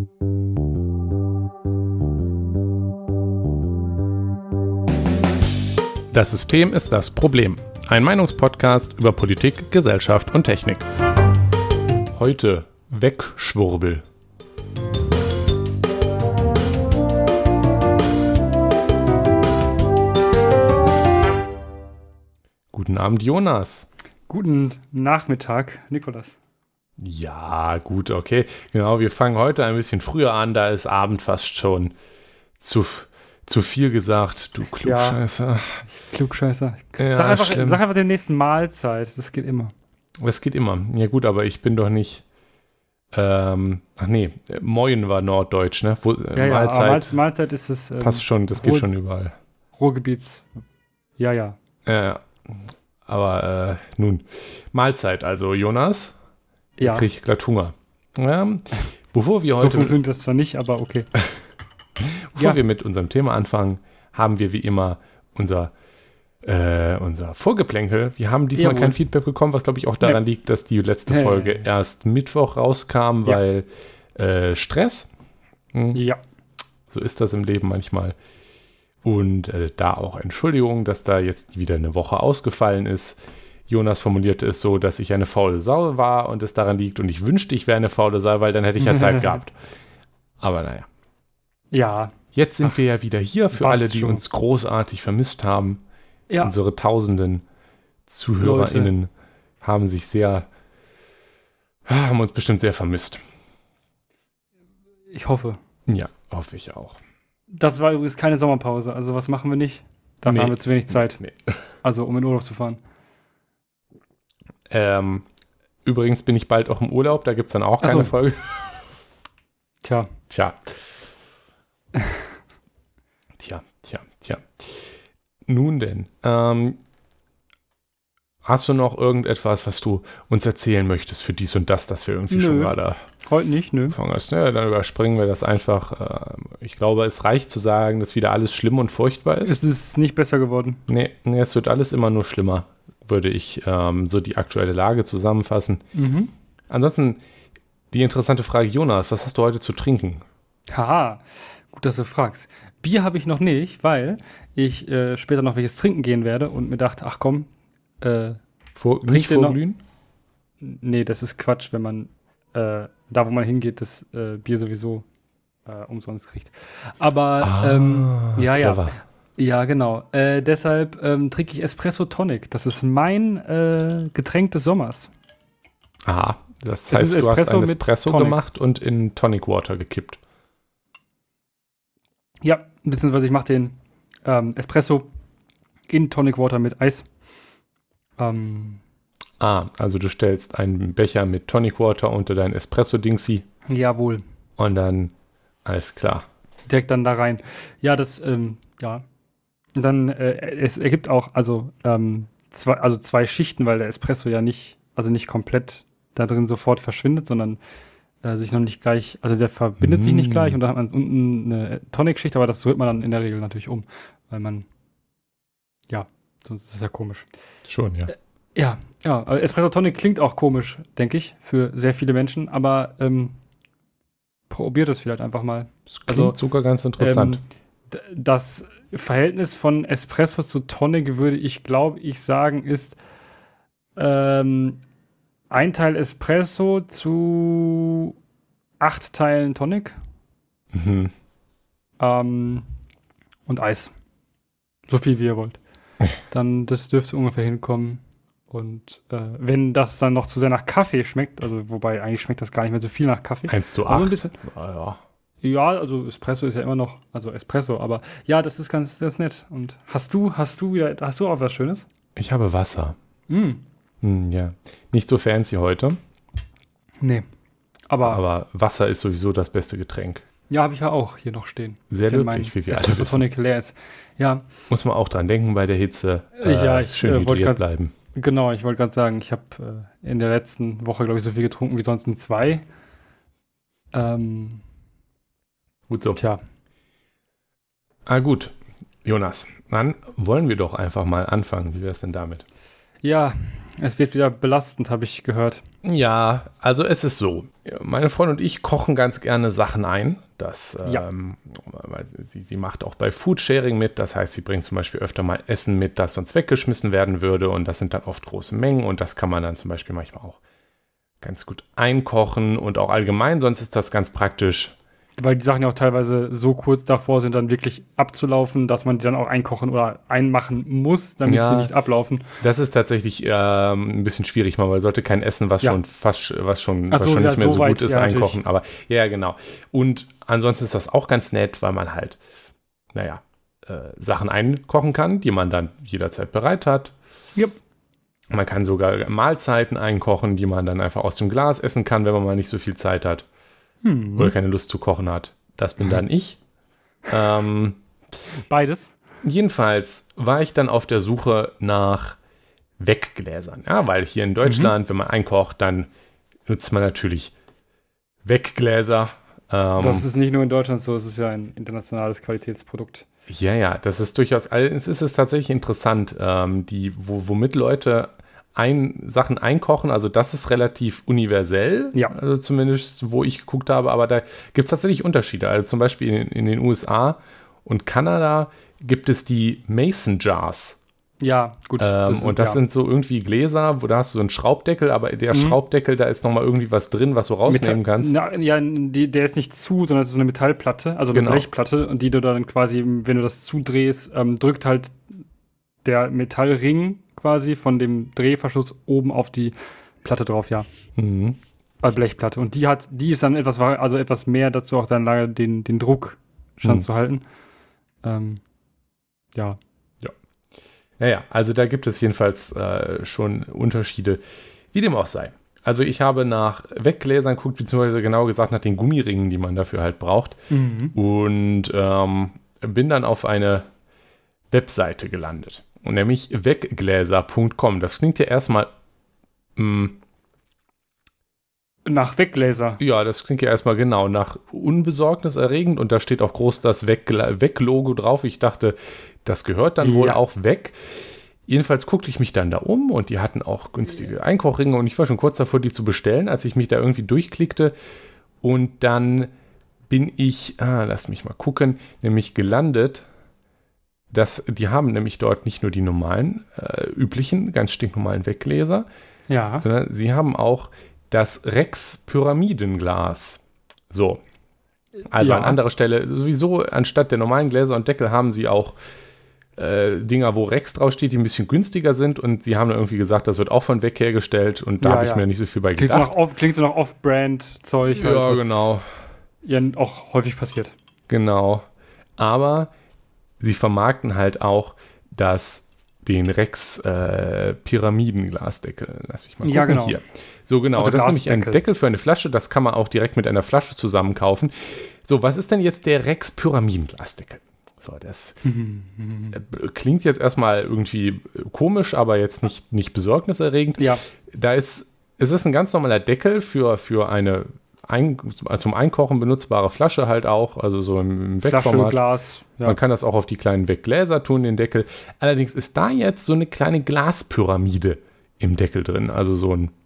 Das System ist das Problem. Ein Meinungspodcast über Politik, Gesellschaft und Technik. Heute Wegschwurbel. Guten Abend, Jonas. Guten Nachmittag, Nikolas. Ja, gut, okay. Genau, wir fangen heute ein bisschen früher an, da ist Abend fast schon zu viel gesagt, du Klugscheißer. Ja, Klugscheißer. Ja, sag einfach den nächsten Mahlzeit, das geht immer. Das geht immer. Ja gut, aber ich bin doch nicht... Moin war Norddeutsch, ne? Mahlzeit. Mahlzeit ist es... passt schon, das geht schon überall. Ruhrgebiets... Ja. Aber nun, Mahlzeit, also Jonas, ja. Krieg ich glatt Hunger. Bevor wir heute... So funktioniert das zwar nicht, aber okay. Bevor wir mit unserem Thema anfangen, haben wir wie immer unser Vorgeplänkel. Wir haben diesmal kein Feedback bekommen, was glaube ich auch daran liegt, dass die letzte Folge erst Mittwoch rauskam, weil Stress. Ja. So ist das im Leben manchmal. Und da auch Entschuldigung, dass da jetzt wieder eine Woche ausgefallen ist. Jonas formulierte es so, dass ich eine faule Sau war und es daran liegt. Und ich wünschte, ich wäre eine faule Sau, weil dann hätte ich ja Zeit gehabt. Aber naja. Ja. Jetzt sind wir ja wieder hier für alle, die uns großartig vermisst haben. Ja. Unsere tausenden ZuhörerInnen haben uns bestimmt sehr vermisst. Ich hoffe. Ja, hoffe ich auch. Das war übrigens keine Sommerpause. Also was machen wir nicht? Dafür haben wir zu wenig Zeit. Nee. Also um in Urlaub zu fahren. Übrigens bin ich bald auch im Urlaub. Da gibt es dann auch keine Folge. Tja. Nun denn, hast du noch irgendetwas, was du uns erzählen möchtest für dies und das, dass wir irgendwie schon gerade heute nicht, hast? Ja, dann überspringen wir das einfach. Ich glaube, es reicht zu sagen, dass wieder alles schlimm und furchtbar ist. Es ist nicht besser geworden. Nee, es wird alles immer nur schlimmer, würde ich so die aktuelle Lage zusammenfassen. Mhm. Ansonsten die interessante Frage, Jonas, was hast du heute zu trinken? Haha, gut, dass du fragst. Bier habe ich noch nicht, weil ich später noch welches trinken gehen werde und mir dachte, ach komm, nicht vorglühen? Nee, das ist Quatsch, wenn man da, wo man hingeht, das Bier sowieso umsonst kriegt. Aber clever. Ja, genau. Deshalb trinke ich Espresso Tonic. Das ist mein Getränk des Sommers. Aha, das heißt, du hast ein Espresso gemacht und in Tonic Water gekippt. Ja, beziehungsweise ich mache den Espresso in Tonic Water mit Eis. Also du stellst einen Becher mit Tonic Water unter dein Espresso-Dingsy. Jawohl. Und dann, alles klar. Direkt dann da rein. Ja, das, ja. Und dann, es ergibt auch, zwei Schichten, weil der Espresso ja nicht komplett da drin sofort verschwindet, sondern sich noch nicht gleich, also der verbindet sich nicht gleich und dann hat man unten eine Tonic-Schicht, aber das rührt man dann in der Regel natürlich um, weil man, sonst ist es ja komisch. Schon, ja. Ja, Espresso Tonic klingt auch komisch, denke ich, für sehr viele Menschen, aber probiert es vielleicht einfach mal. Das klingt sogar ganz interessant. Das Verhältnis von Espresso zu Tonic würde ich, glaube ich, sagen, ist ein Teil Espresso zu 8 Teilen Tonic. Mhm. Und Eis. So viel wie ihr wollt. Dann, das dürfte ungefähr hinkommen. Und wenn das dann noch zu sehr nach Kaffee schmeckt, also wobei eigentlich schmeckt das gar nicht mehr so viel nach Kaffee. 1:8. Ja, also Espresso ist ja immer noch, also Espresso, aber ja, das ist ganz nett. Und hast du auch was Schönes? Ich habe Wasser. Ja, nicht so fancy heute. Nee. Aber Wasser ist sowieso das beste Getränk. Ja, habe ich ja auch hier noch stehen. Sehr löblich, wie wir alle wissen. Tonic leer ist. Ja. Muss man auch dran denken bei der Hitze. Schön hydriert bleiben. Genau, ich wollte gerade sagen, ich habe in der letzten Woche, glaube ich, so viel getrunken wie sonst in 2. Gut so. Tja. Gut, Jonas, dann wollen wir doch einfach mal anfangen. Wie wäre es denn damit? Ja, Es wird wieder belastend, habe ich gehört. Ja, also es ist so. Meine Freundin und ich kochen ganz gerne Sachen ein. Weil sie macht auch bei Foodsharing mit. Das heißt, sie bringt zum Beispiel öfter mal Essen mit, das sonst weggeschmissen werden würde. Und das sind dann oft große Mengen. Und das kann man dann zum Beispiel manchmal auch ganz gut einkochen und auch allgemein. Sonst ist das ganz praktisch. Weil die Sachen ja auch teilweise so kurz davor sind, dann wirklich abzulaufen, dass man die dann auch einkochen oder einmachen muss, damit sie nicht ablaufen. Das ist tatsächlich ein bisschen schwierig, weil man sollte kein Essen, was schon nicht mehr so gut ist, einkochen. Aber ja, genau. Und ansonsten ist das auch ganz nett, weil man halt, Sachen einkochen kann, die man dann jederzeit bereit hat. Yep. Man kann sogar Mahlzeiten einkochen, die man dann einfach aus dem Glas essen kann, wenn man mal nicht so viel Zeit hat. Oder keine Lust zu kochen hat. Das bin dann ich. Beides. Jedenfalls war ich dann auf der Suche nach Weggläsern. Ja, weil hier in Deutschland, wenn man einkocht, dann nutzt man natürlich Weggläser. Das ist nicht nur in Deutschland so, es ist ja ein internationales Qualitätsprodukt. Ja, das ist durchaus, es ist tatsächlich interessant, womit Leute Sachen einkochen, also das ist relativ universell, also zumindest wo ich geguckt habe, aber da gibt es tatsächlich Unterschiede. Also zum Beispiel in den USA und Kanada gibt es die Mason Jars. Ja, gut. Das sind so irgendwie Gläser, wo da hast du so einen Schraubdeckel, aber der Schraubdeckel, da ist nochmal irgendwie was drin, was du rausnehmen kannst. Der ist nicht zu, sondern es ist so eine Metallplatte, also eine Blechplatte, und die du dann quasi, wenn du das zudrehst, drückt halt der Metallring quasi von dem Drehverschluss oben auf die Platte drauf, Also Blechplatte. Und die ist dann etwas mehr dazu, auch dann lange den Druck standzuhalten. Also da gibt es jedenfalls schon Unterschiede, wie dem auch sei. Also ich habe nach Weggläsern geguckt, beziehungsweise genau gesagt nach den Gummiringen, die man dafür halt braucht. Und bin dann auf eine Webseite gelandet. Und nämlich weggläser.com. Das klingt ja erstmal nach Weggläser. Ja, das klingt ja erstmal genau nach unbesorgniserregend. Und da steht auch groß das Weg-Logo drauf. Ich dachte, das gehört dann wohl auch weg. Jedenfalls guckte ich mich dann da um und die hatten auch günstige Einkochringe. Und ich war schon kurz davor, die zu bestellen, als ich mich da irgendwie durchklickte. Und dann bin ich, lass mich mal gucken, nämlich gelandet. Die haben nämlich dort nicht nur die normalen, üblichen, ganz stinknormalen Weggläser, sondern sie haben auch das Rex-Pyramidenglas. So. Also an anderer Stelle, sowieso anstatt der normalen Gläser und Deckel haben sie auch Dinger, wo Rex draufsteht, die ein bisschen günstiger sind, und sie haben dann irgendwie gesagt, das wird auch von Weg hergestellt, und da habe ich mir nicht so viel bei gedacht. Klingt so nach Off-Brand-Zeug. Ja, genau. Ja, auch häufig passiert. Genau. Aber sie vermarkten halt auch den Rex Pyramidenglasdeckel. Lass mich mal gucken. Ja, genau. Hier. So, genau. Also das ist nämlich ein Deckel für eine Flasche. Das kann man auch direkt mit einer Flasche zusammen kaufen. So, was ist denn jetzt der Rex Pyramidenglasdeckel? So, das klingt jetzt erstmal irgendwie komisch, aber jetzt nicht besorgniserregend. Ja. Es ist ein ganz normaler Deckel für eine zum Einkochen benutzbare Flasche halt auch, also so im Wegformat. Glas. Ja. Man kann das auch auf die kleinen Weggläser tun, den Deckel. Allerdings ist da jetzt so eine kleine Glaspyramide im Deckel drin, also so eine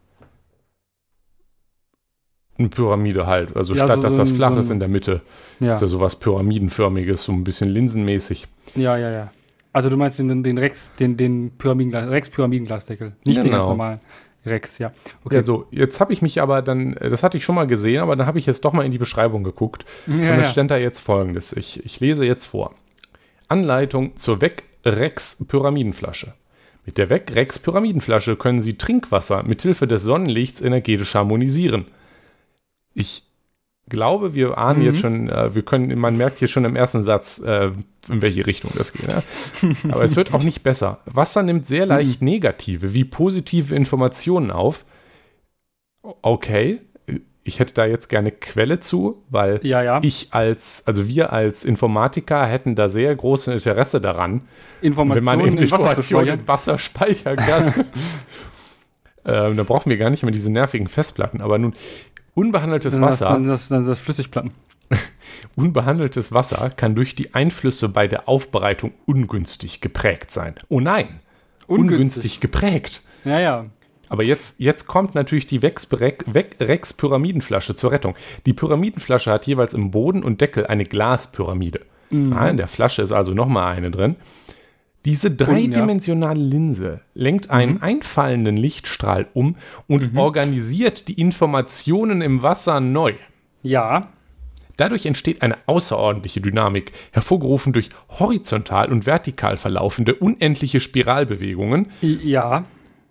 Pyramide halt. Also statt dass das flach ist in der Mitte, ist ja sowas Pyramidenförmiges, so ein bisschen linsenmäßig. Ja. Also du meinst den Rex Pyramidenglasdeckel, nicht den ganz normalen. Rex, ja. Okay. Ja, so, jetzt habe ich mich aber dann, das hatte ich schon mal gesehen, aber dann habe ich jetzt doch mal in die Beschreibung geguckt. Und dann stand da jetzt Folgendes. Ich lese jetzt vor. Anleitung zur Weg-Rex Pyramidenflasche. Mit der Weg-Rex Pyramidenflasche können Sie Trinkwasser mithilfe des Sonnenlichts energetisch harmonisieren. Ich glaube, wir ahnen jetzt schon, man merkt hier schon im ersten Satz, in welche Richtung das geht. Ja? Aber es wird auch nicht besser. Wasser nimmt sehr leicht negative wie positive Informationen auf. Okay, ich hätte da jetzt gerne Quelle zu, weil wir als Informatiker hätten da sehr großes Interesse daran, wenn man Informationen in Wasser speichern kann. Da brauchen wir gar nicht mehr diese nervigen Festplatten. Aber nun, unbehandeltes Wasser. Das Flüssigplatten. Unbehandeltes Wasser kann durch die Einflüsse bei der Aufbereitung ungünstig geprägt sein. Oh nein! Ungünstig geprägt. Ja. Aber jetzt kommt natürlich die Rex-Pyramidenflasche zur Rettung. Die Pyramidenflasche hat jeweils im Boden und Deckel eine Glaspyramide. In der Flasche ist also nochmal eine drin. Diese dreidimensionale Linse lenkt einen einfallenden Lichtstrahl um und organisiert die Informationen im Wasser neu. Ja. Dadurch entsteht eine außerordentliche Dynamik, hervorgerufen durch horizontal und vertikal verlaufende unendliche Spiralbewegungen. Ja.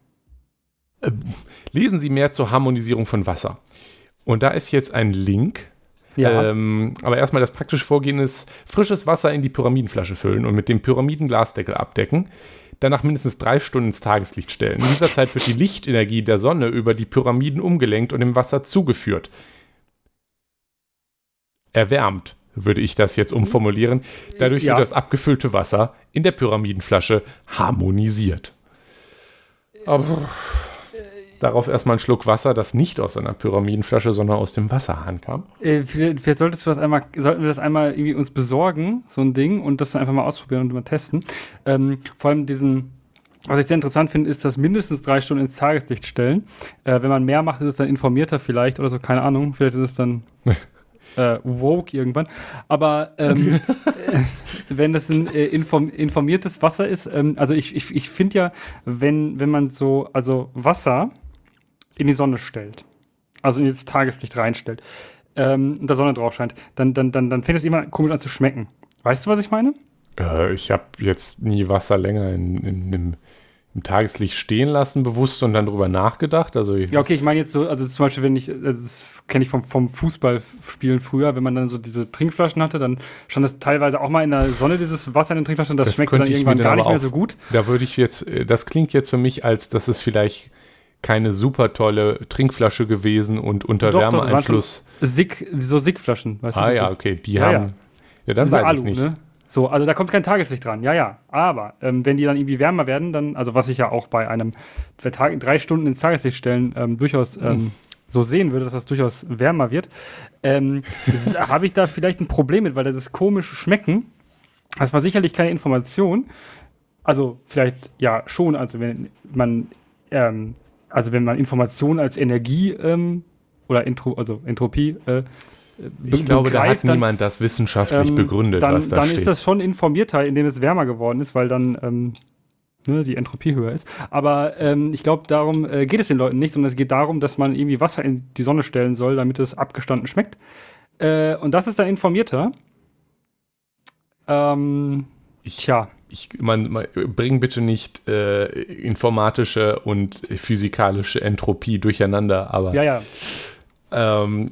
Lesen Sie mehr zur Harmonisierung von Wasser. Und da ist jetzt ein Link. Ja. Aber erstmal das praktische Vorgehen ist, frisches Wasser in die Pyramidenflasche füllen und mit dem Pyramidenglasdeckel abdecken. Danach mindestens 3 Stunden ins Tageslicht stellen. In dieser Zeit wird die Lichtenergie der Sonne über die Pyramiden umgelenkt und dem Wasser zugeführt. Erwärmt, würde ich das jetzt umformulieren. Dadurch wird das abgefüllte Wasser in der Pyramidenflasche harmonisiert. Aber darauf erstmal einen Schluck Wasser, das nicht aus einer Pyramidenflasche, sondern aus dem Wasserhahn kam. Vielleicht sollten wir das einmal irgendwie uns besorgen, so ein Ding, und das dann einfach mal ausprobieren und mal testen. Vor allem was ich sehr interessant finde, ist das mindestens 3 Stunden ins Tageslicht stellen. Wenn man mehr macht, ist es dann informierter vielleicht oder so, keine Ahnung. Vielleicht ist es dann woke irgendwann. Aber wenn das ein informiertes Wasser ist, also ich finde ja, wenn man Wasser in die Sonne stellt, also in das Tageslicht reinstellt, und da Sonne drauf scheint, dann fängt das immer komisch an zu schmecken. Weißt du, was ich meine? Ich habe jetzt nie Wasser länger im Tageslicht stehen lassen, bewusst, und dann drüber nachgedacht. Also ich meine jetzt so, also zum Beispiel, das kenne ich vom Fußballspielen früher, wenn man dann so diese Trinkflaschen hatte, dann stand das teilweise auch mal in der Sonne, dieses Wasser in den Trinkflaschen, das schmeckte dann irgendwann gar nicht mehr so gut. Da würde ich jetzt, das klingt jetzt für mich, als dass es vielleicht keine super tolle Trinkflasche gewesen und unter Wärmeeinfluss. So SIG-Flaschen, weißt du? Ja, okay, die haben. Ja, das weiß ich nicht. Ne? So, also da kommt kein Tageslicht dran, ja. Aber wenn die dann irgendwie wärmer werden, dann, also was ich ja auch bei einem 3 Stunden ins Tageslicht stellen durchaus so sehen würde, dass das durchaus wärmer wird, habe ich da vielleicht ein Problem mit, weil das ist komisch schmecken. Das war sicherlich keine Information. Also vielleicht ja schon, also wenn man Information als Energie oder Entropie ich glaube, da hat niemand das wissenschaftlich begründet, was da steht. Dann ist das schon informierter, indem es wärmer geworden ist, weil dann die Entropie höher ist. Aber ich glaube, darum geht es den Leuten nicht, sondern es geht darum, dass man irgendwie Wasser in die Sonne stellen soll, damit es abgestanden schmeckt. Und das ist dann informierter. Man bring bitte nicht informatische und physikalische Entropie durcheinander, aber ja. Also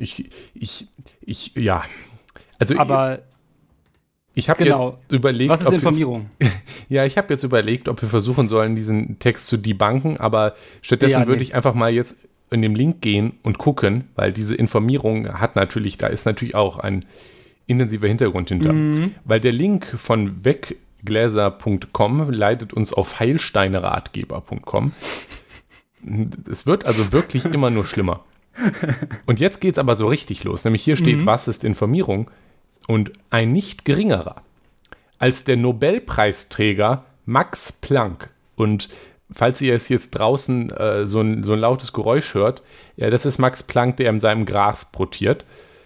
aber ich habe jetzt überlegt, was ist Informierung? Ich habe jetzt überlegt, ob wir versuchen sollen, diesen Text zu debunken, aber stattdessen würde ich einfach mal jetzt in dem Link gehen und gucken, weil diese Informierung da ist natürlich auch ein intensiver Hintergrund hinter. Weil der Link von weggläser.com leitet uns auf heilsteineratgeber.com. Es wird also wirklich immer nur schlimmer. Und jetzt geht es aber so richtig los. Nämlich hier steht, was ist Informierung? Und ein nicht geringerer als der Nobelpreisträger Max Planck. Und falls ihr es jetzt draußen so ein lautes Geräusch hört, das ist Max Planck, der in seinem Graph rotiert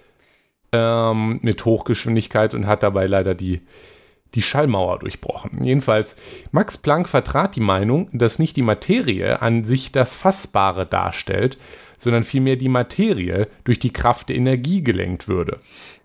mit Hochgeschwindigkeit und hat dabei leider die Schallmauer durchbrochen. Jedenfalls, Max Planck vertrat die Meinung, dass nicht die Materie an sich das Fassbare darstellt, sondern vielmehr die Materie durch die Kraft der Energie gelenkt würde.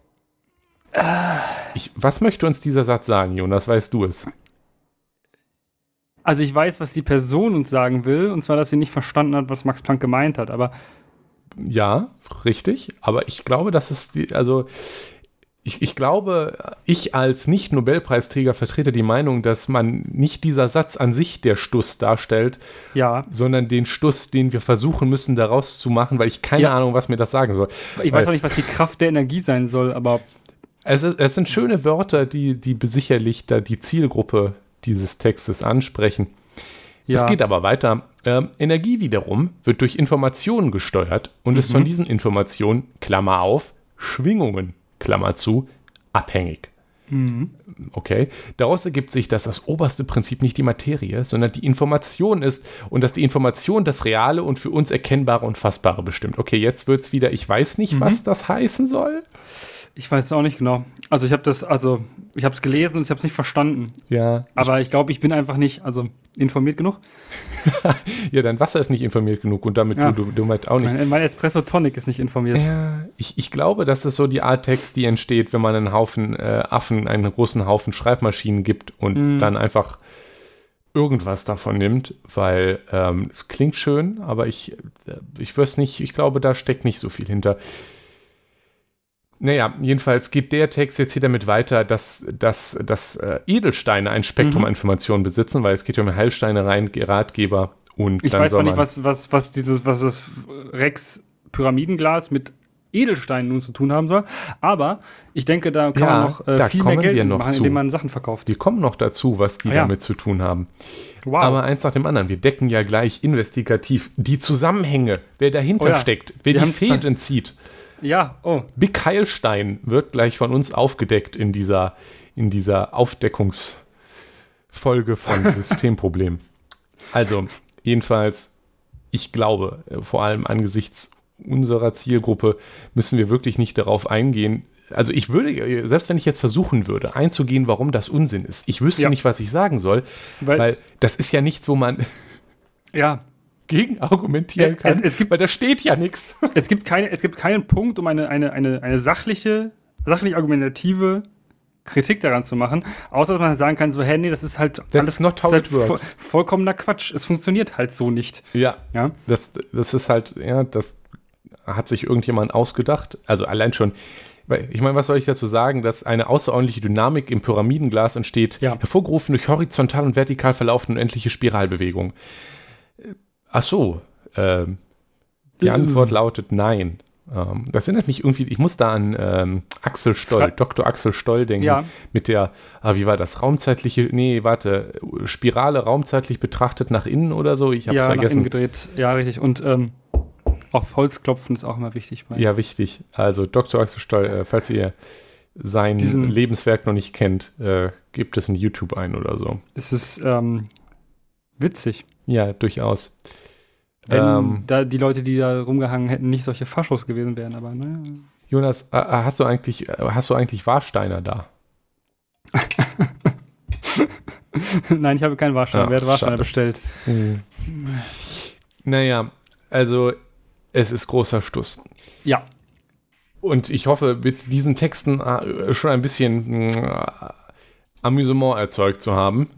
Was möchte uns dieser Satz sagen, Jonas? Weißt du es? Also ich weiß, was die Person uns sagen will, und zwar, dass sie nicht verstanden hat, was Max Planck gemeint hat, aber ja, richtig. Aber ich glaube, dass es ich glaube, ich als Nicht-Nobelpreisträger vertrete die Meinung, dass man nicht dieser Satz an sich der Stuss darstellt, sondern den Stuss, den wir versuchen müssen, daraus zu machen, weil ich keine Ahnung, was mir das sagen soll. Ich weiß auch nicht, was die Kraft der Energie sein soll, aber es sind schöne Wörter, die sicherlich da die Zielgruppe dieses Textes ansprechen. Es geht aber weiter. Energie wiederum wird durch Informationen gesteuert und ist von diesen Informationen, Klammer auf, Schwingungen, Klammer zu, abhängig. Okay. Daraus ergibt sich, dass das oberste Prinzip nicht die Materie, sondern die Information ist und dass die Information das Reale und für uns Erkennbare und Fassbare bestimmt. Okay, jetzt wird es wieder, ich weiß nicht, was das heißen soll. Ich weiß es auch nicht genau. Also ich habe es gelesen und ich habe es nicht verstanden. Ja. Aber ich glaube, ich bin einfach nicht, informiert genug. Ja, dein Wasser ist nicht informiert genug und damit du halt auch nicht. Mein Espresso Tonic ist nicht informiert. Ja, ich glaube, das ist so die Art Text, die entsteht, wenn man einen Haufen einen großen Haufen Schreibmaschinen gibt und dann einfach irgendwas davon nimmt, weil es klingt schön, aber ich weiß nicht, ich glaube, da steckt nicht so viel hinter. Naja, jedenfalls geht der Text jetzt hier damit weiter, dass Edelsteine ein Spektrum an Informationen besitzen, weil es geht ja um Heilsteine-Ratgeber und ich dann weiß soll zwar nicht, was das Rex-Pyramidenglas mit Edelsteinen nun zu tun haben soll, aber ich denke, da kann man noch viel mehr Geld machen, indem man Sachen verkauft. Wir kommen noch dazu, was die damit zu tun haben. Wow. Aber eins nach dem anderen. Wir decken ja gleich investigativ die Zusammenhänge, wer dahinter steckt, wer die Fäden zieht. Ja, Big Heilstein wird gleich von uns aufgedeckt in dieser Aufdeckungsfolge von Systemproblemen. Also, jedenfalls, ich glaube, vor allem angesichts unserer Zielgruppe müssen wir wirklich nicht darauf eingehen. Also ich würde, selbst wenn ich jetzt versuchen würde, einzugehen, warum das Unsinn ist, ich wüsste nicht, was ich sagen soll, weil das ist ja nichts, wo man gegen argumentieren kann, weil da steht ja nichts. Es gibt keinen Punkt, um eine sachlich argumentative Kritik daran zu machen, außer dass man sagen kann, so, nee, das ist halt alles not how it works. Vollkommener Quatsch. Es funktioniert halt so nicht. Ja. Das ist halt, das hat sich irgendjemand ausgedacht. Also allein schon, weil ich meine, was soll ich dazu sagen, dass eine außerordentliche Dynamik im Pyramidenglas entsteht, hervorgerufen durch horizontal und vertikal verlaufende unendliche Spiralbewegungen. Ach so, die Antwort lautet nein. Das erinnert mich irgendwie, ich muss da an Axel Stoll, Dr. Axel Stoll denken, mit der, wie war das, Spirale raumzeitlich betrachtet nach innen oder so, ich hab's vergessen. Nach innen gedreht, ja, richtig, und auf Holz klopfen ist auch immer wichtig. Ja, wichtig, also Dr. Axel Stoll, falls ihr sein Lebenswerk noch nicht kennt, gebt es in YouTube ein oder so. Es ist witzig. Ja, durchaus. Wenn da die Leute, die da rumgehangen hätten, nicht solche Faschos gewesen wären, aber naja. Jonas, hast du eigentlich Warsteiner da? Nein, ich habe keinen Warsteiner. Wer hat Warsteiner bestellt? Naja, also es ist großer Stuss. Ja. Und ich hoffe, mit diesen Texten schon ein bisschen Amüsement erzeugt zu haben.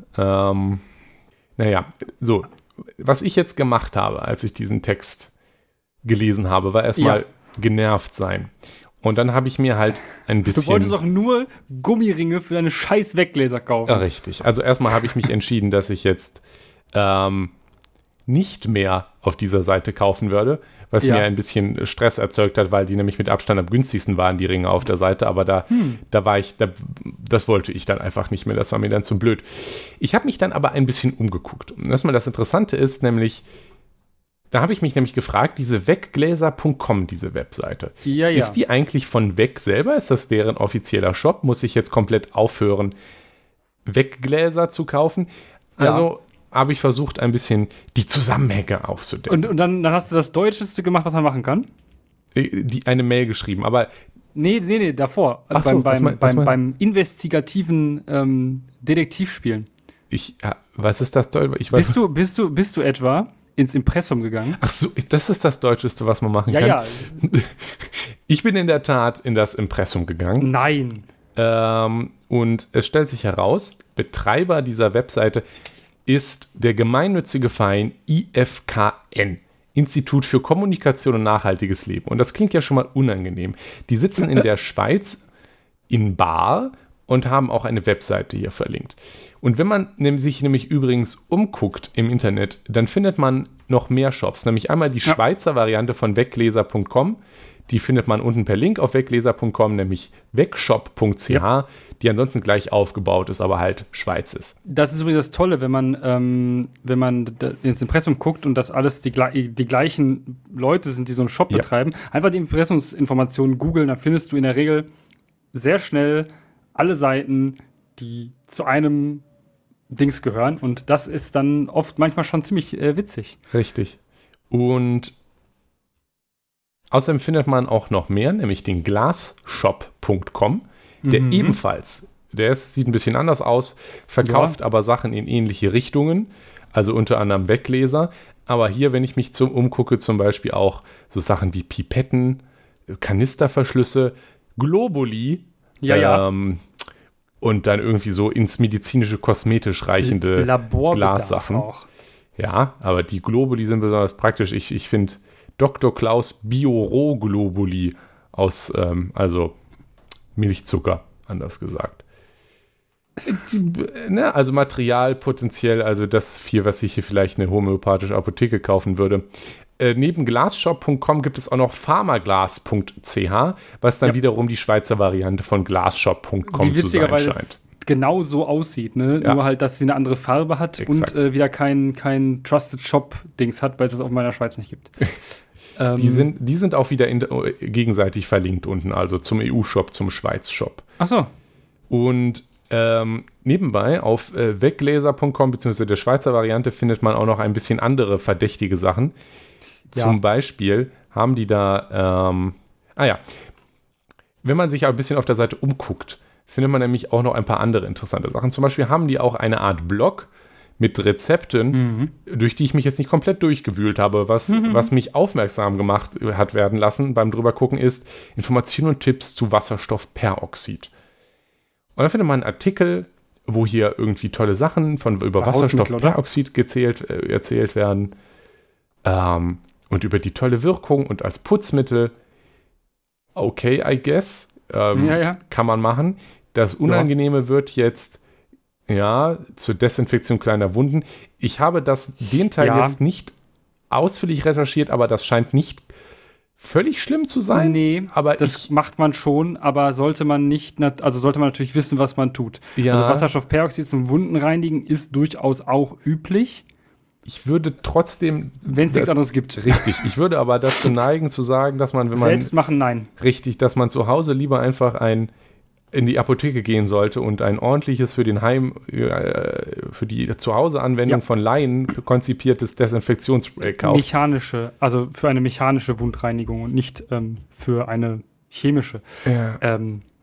Naja, so. Was ich jetzt gemacht habe, als ich diesen Text gelesen habe, war erstmal genervt sein. Und dann habe ich mir halt ein bisschen... Du wolltest doch nur Gummiringe für deine scheiß Weggläser kaufen. Ja, richtig. Also erstmal habe ich mich entschieden, dass ich jetzt nicht mehr auf dieser Seite kaufen würde, was mir ein bisschen Stress erzeugt hat, weil die nämlich mit Abstand am günstigsten waren, die Ringe auf der Seite, aber da war ich, das wollte ich dann einfach nicht mehr, das war mir dann zu blöd. Ich habe mich dann aber ein bisschen umgeguckt. Und erstmal das Interessante ist nämlich, da habe ich mich nämlich gefragt, diese weggläser.com, diese Webseite, ist die eigentlich von Weg selber? Ist das deren offizieller Shop? Muss ich jetzt komplett aufhören, Weggläser zu kaufen? Also habe ich versucht, ein bisschen die Zusammenhänge aufzudecken. Und dann hast du das Deutscheste gemacht, was man machen kann? Eine Mail geschrieben, aber... Nee, davor. Also beim investigativen Detektivspielen. Was ist das Deutsche? Bist du etwa ins Impressum gegangen? Ach so, das ist das Deutscheste, was man machen kann? Ja. Ich bin in der Tat in das Impressum gegangen. Nein. Und es stellt sich heraus, Betreiber dieser Webseite ist der gemeinnützige Verein IFKN, Institut für Kommunikation und nachhaltiges Leben. Und das klingt ja schon mal unangenehm. Die sitzen in der Schweiz in Baar und haben auch eine Webseite hier verlinkt. Und wenn man sich nämlich übrigens umguckt im Internet, dann findet man noch mehr Shops. Nämlich einmal die Schweizer Variante von weggläser.com. Die findet man unten per Link auf weggläser.com, nämlich wegshop.ch, die ansonsten gleich aufgebaut ist, aber halt Schweiz ist. Das ist übrigens das Tolle, wenn man ins Impressum guckt und das alles die gleichen Leute sind, die so einen Shop betreiben. Einfach die Impressumsinformationen googeln, dann findest du in der Regel sehr schnell alle Seiten, die zu einem Dings gehören. Und das ist dann oft manchmal schon ziemlich witzig. Richtig. Und außerdem findet man auch noch mehr, nämlich den glasshop.com, der ebenfalls, sieht ein bisschen anders aus, verkauft aber Sachen in ähnliche Richtungen, also unter anderem Weggläser. Aber hier, wenn ich mich umgucke, zum Beispiel auch so Sachen wie Pipetten, Kanisterverschlüsse, Globuli, und dann irgendwie so ins medizinische, kosmetisch reichende Glassachen. Auch. Ja, aber die Globuli sind besonders praktisch. Ich finde Dr. Klaus Bio-Roh-Globuli aus, also Milchzucker, anders gesagt. Also Material potenziell, also das viel, was ich hier vielleicht in eine homöopathische Apotheke kaufen würde. Neben glasshop.com gibt es auch noch pharmaglas.ch, was dann wiederum die Schweizer Variante von glasshop.com zu sein scheint. Genau so aussieht, ne? Ja. Nur halt, dass sie eine andere Farbe hat. Exakt. Und wieder kein Trusted Shop-Dings hat, weil es das auch in meiner Schweiz nicht gibt. Die sind auch wieder gegenseitig verlinkt unten, also zum EU-Shop, zum Schweiz-Shop. Ach so. Und nebenbei auf weggläser.com bzw. der Schweizer Variante findet man auch noch ein bisschen andere verdächtige Sachen. Ja. Zum Beispiel haben die da, wenn man sich ein bisschen auf der Seite umguckt, findet man nämlich auch noch ein paar andere interessante Sachen. Zum Beispiel haben die auch eine Art Blog mit Rezepten, durch die ich mich jetzt nicht komplett durchgewühlt habe. Was mich aufmerksam gemacht hat werden lassen beim drübergucken ist Informationen und Tipps zu Wasserstoffperoxid. Und dann findet man einen Artikel, wo hier irgendwie tolle Sachen über Wasserstoffperoxid erzählt werden und über die tolle Wirkung und als Putzmittel. Okay, I guess. Kann man machen. Das Unangenehme wird jetzt zur Desinfektion kleiner Wunden. Ich habe den Teil jetzt nicht ausführlich recherchiert, aber das scheint nicht völlig schlimm zu sein. Nee, aber das macht man schon, aber sollte man natürlich wissen, was man tut. Ja. Also Wasserstoffperoxid zum Wunden reinigen ist durchaus auch üblich. Ich würde trotzdem... Wenn es nichts anderes gibt. Richtig. Ich würde aber dazu neigen zu sagen, dass man, selbst machen, nein. Richtig, dass man zu Hause lieber einfach in die Apotheke gehen sollte und ein ordentliches für die Zuhause-Anwendung von Laien konzipiertes Desinfektionsspray kauft. Für eine mechanische Wundreinigung und nicht für eine chemische. Ja.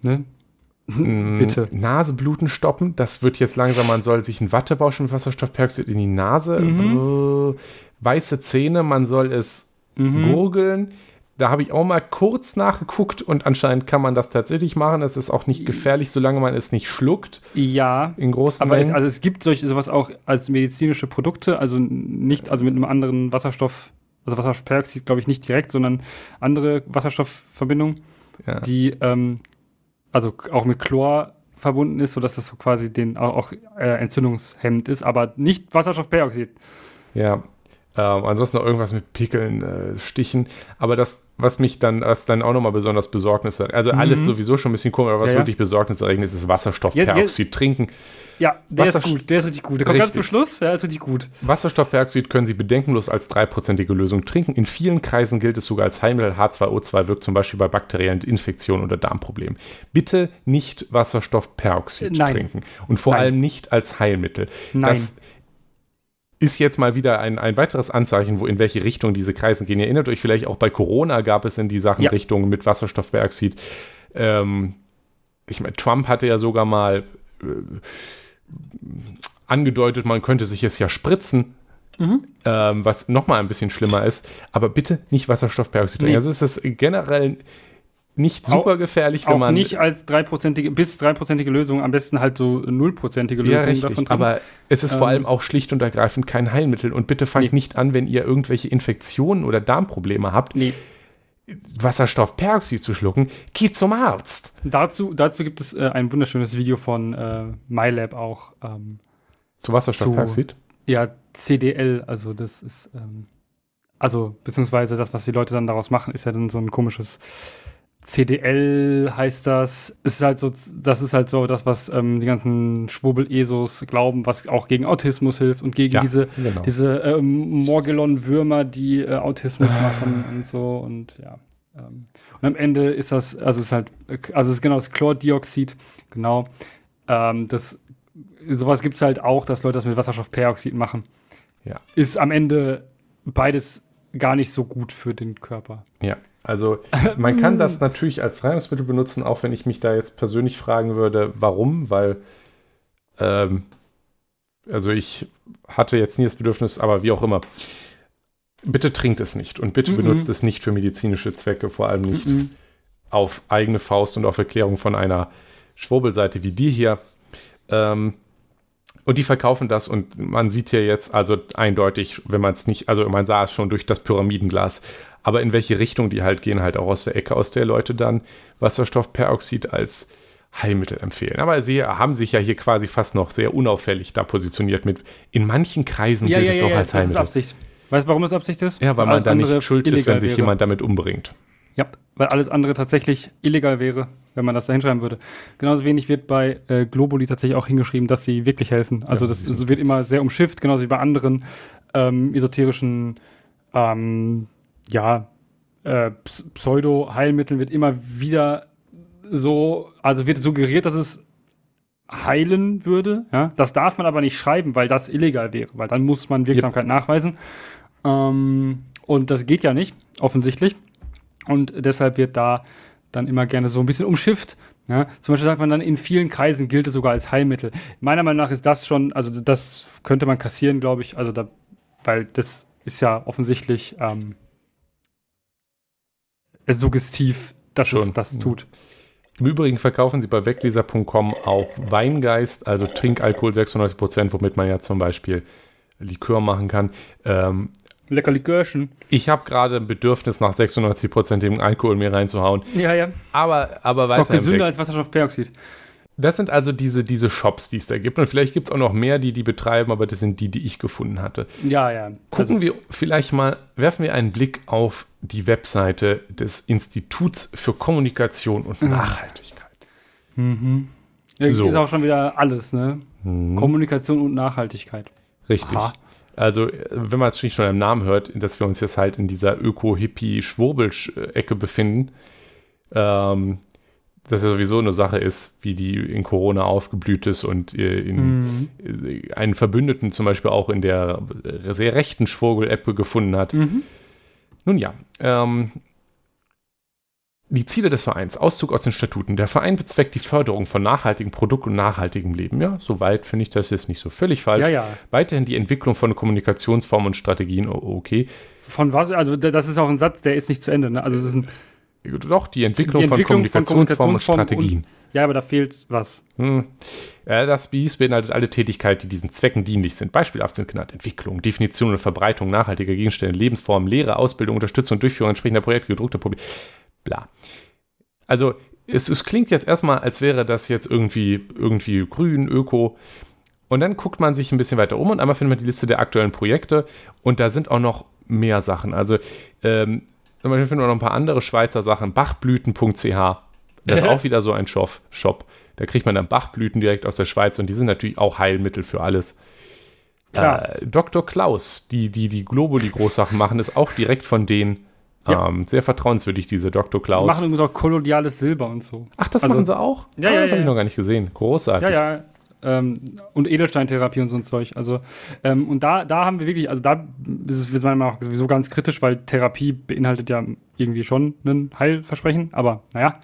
Bitte. Nasebluten stoppen, das wird jetzt langsam, man soll sich einen Wattebausch mit Wasserstoffperoxid in die Nase, weiße Zähne, man soll es gurgeln. Da habe ich auch mal kurz nachgeguckt und anscheinend kann man das tatsächlich machen. Es ist auch nicht gefährlich, solange man es nicht schluckt. Ja, in großen Mengen. Aber es gibt sowas auch als medizinische Produkte, also nicht, also mit einem anderen Wasserstoff, also Wasserstoffperoxid, glaube ich, nicht direkt, sondern andere Wasserstoffverbindungen, die also auch mit Chlor verbunden ist, sodass das so quasi auch entzündungshemmend ist, aber nicht Wasserstoffperoxid. Ja. Ansonsten noch irgendwas mit Pickeln, Stichen. Aber das, was dann auch nochmal besonders Besorgnis hat, also alles sowieso schon ein bisschen komisch, aber was wirklich besorgniserregend ist, ist Wasserstoffperoxid trinken. Ja, der ist gut, der ist richtig gut. Der kommt ganz zum Schluss, ist richtig gut. Wasserstoffperoxid können Sie bedenkenlos als 3%ige Lösung trinken. In vielen Kreisen gilt es sogar als Heilmittel. H2O2 wirkt zum Beispiel bei bakteriellen Infektionen oder Darmproblemen. Bitte nicht Wasserstoffperoxid trinken. Und vor allem nicht als Heilmittel. Nein. Das ist jetzt mal wieder ein weiteres Anzeichen, in welche Richtung diese Kreise gehen. Ihr erinnert euch vielleicht auch bei Corona gab es in die Sachen Richtungen mit Wasserstoffperoxid. Ich meine, Trump hatte ja sogar mal angedeutet, man könnte sich es ja spritzen, was nochmal ein bisschen schlimmer ist. Aber bitte nicht Wasserstoffperoxid trinken. Also es ist generell nicht super gefährlich, wenn man... nicht als 3%ige Lösung, am besten halt so 0%ige Lösung richtig, davon drin. Aber es ist vor allem auch schlicht und ergreifend kein Heilmittel. Und bitte fangt nicht an, wenn ihr irgendwelche Infektionen oder Darmprobleme habt, Wasserstoffperoxid zu schlucken. Geht zum Arzt. Dazu gibt es ein wunderschönes Video von MyLab auch. Zu Wasserstoffperoxid? CDL, also das ist, beziehungsweise das, was die Leute dann daraus machen, ist ja dann so ein komisches CDL heißt das. Das ist halt so das, was die ganzen Schwurbel-Esos glauben, was auch gegen Autismus hilft und gegen diese Morgellon-Würmer, die Autismus machen und so. Und Und am Ende ist das, es ist genau das Chlordioxid, genau. Sowas gibt es halt auch, dass Leute das mit Wasserstoffperoxid machen. Ja. Ist am Ende beides gar nicht so gut für den Körper. Ja, also man kann das natürlich als Reinigungsmittel benutzen, auch wenn ich mich da jetzt persönlich fragen würde, warum, weil also ich hatte jetzt nie das Bedürfnis, aber wie auch immer, bitte trinkt es nicht und bitte benutzt es nicht für medizinische Zwecke, vor allem nicht auf eigene Faust und auf Erklärung von einer Schwurbelseite wie die hier. Und die verkaufen das und man sieht hier jetzt also eindeutig, wenn man es nicht, also man sah es schon durch das Pyramidenglas, aber in welche Richtung die halt gehen, halt auch aus der Ecke, aus der Leute dann Wasserstoffperoxid als Heilmittel empfehlen. Aber sie haben sich ja hier quasi fast noch sehr unauffällig da positioniert mit, in manchen Kreisen gilt es auch als Heilmittel. Das ist Absicht. Weißt du, warum das Absicht ist? Ja, weil man da nicht schuld ist, wenn sich jemand damit umbringt. Ja, weil alles andere tatsächlich illegal wäre, wenn man das da hinschreiben würde. Genauso wenig wird bei Globuli tatsächlich auch hingeschrieben, dass sie wirklich helfen. Also das wird immer sehr umschifft, genauso wie bei anderen esoterischen Pseudo-Heilmitteln wird immer wieder so, also wird suggeriert, dass es heilen würde. Ja? Das darf man aber nicht schreiben, weil das illegal wäre, weil dann muss man Wirksamkeit nachweisen. Und das geht ja nicht, offensichtlich. Und deshalb wird da dann immer gerne so ein bisschen umschifft. Ja? Zum Beispiel sagt man dann, in vielen Kreisen gilt es sogar als Heilmittel. Meiner Meinung nach ist das schon, also das könnte man kassieren, glaube ich, also weil das ist ja offensichtlich suggestiv, dass es das tut. Im Übrigen verkaufen sie bei wegleser.com auch Weingeist, also Trinkalkohol 96%, womit man ja zum Beispiel Likör machen kann. Lecker Likörchen. Ich habe gerade ein Bedürfnis, nach 96% Alkohol mir reinzuhauen. Ja. Aber weiter. Ist auch gesünder als Wasserstoffperoxid. Das sind also diese Shops, die es da gibt. Und vielleicht gibt es auch noch mehr, die betreiben, aber das sind die ich gefunden hatte. Ja. Gucken wir vielleicht mal, werfen wir einen Blick auf die Webseite des Instituts für Kommunikation und Nachhaltigkeit. So. Ist auch schon wieder alles, ne? Kommunikation und Nachhaltigkeit. Richtig. Aha. Also, wenn man es schon im Namen hört, dass wir uns jetzt halt in dieser Öko-Hippie-Schwurbel-Ecke befinden, dass ja sowieso eine Sache ist, wie die in Corona aufgeblüht ist und einen Verbündeten zum Beispiel auch in der sehr rechten Schwurbel-App gefunden hat. Nun ja, die Ziele des Vereins, Auszug aus den Statuten. Der Verein bezweckt die Förderung von nachhaltigen Produkten und nachhaltigem Leben. Ja, soweit finde ich das jetzt nicht so völlig falsch. Ja. Weiterhin die Entwicklung von Kommunikationsformen und Strategien. Okay. Von was? Also das ist auch ein Satz, der ist nicht zu Ende. Ne? Also es ist doch, die Entwicklung von Kommunikationsformen und Strategien. Ja, aber da fehlt was. Ja, das beinhaltet alle Tätigkeiten, die diesen Zwecken dienlich sind. Beispielhaft sind genannt Entwicklung, Definition und Verbreitung nachhaltiger Gegenstände, Lebensformen, Lehre, Ausbildung, Unterstützung und Durchführung entsprechender Projekte, gedruckter Publik. Bla. Also, es klingt jetzt erstmal, als wäre das jetzt irgendwie grün, öko. Und dann guckt man sich ein bisschen weiter um und einmal findet man die Liste der aktuellen Projekte und da sind auch noch mehr Sachen. Also, zum Beispiel finden wir noch ein paar andere Schweizer Sachen. Bachblüten.ch. Das ist auch wieder so ein Shop. Da kriegt man dann Bachblüten direkt aus der Schweiz und die sind natürlich auch Heilmittel für alles. Dr. Klaus, die Globuli-Großsachen machen, ist auch direkt von denen. Ja. Sehr vertrauenswürdig, diese Dr. Klaus. Die machen übrigens auch kolloidales Silber und so. Ach, das machen sie auch? Ja. Das habe ich noch gar nicht gesehen. Großartig. Ja. Und Edelsteintherapie und so ein Zeug. Also, und da haben wir wirklich, also da ist es meiner Meinung nach sowieso ganz kritisch, weil Therapie beinhaltet ja irgendwie schon ein Heilversprechen, aber naja,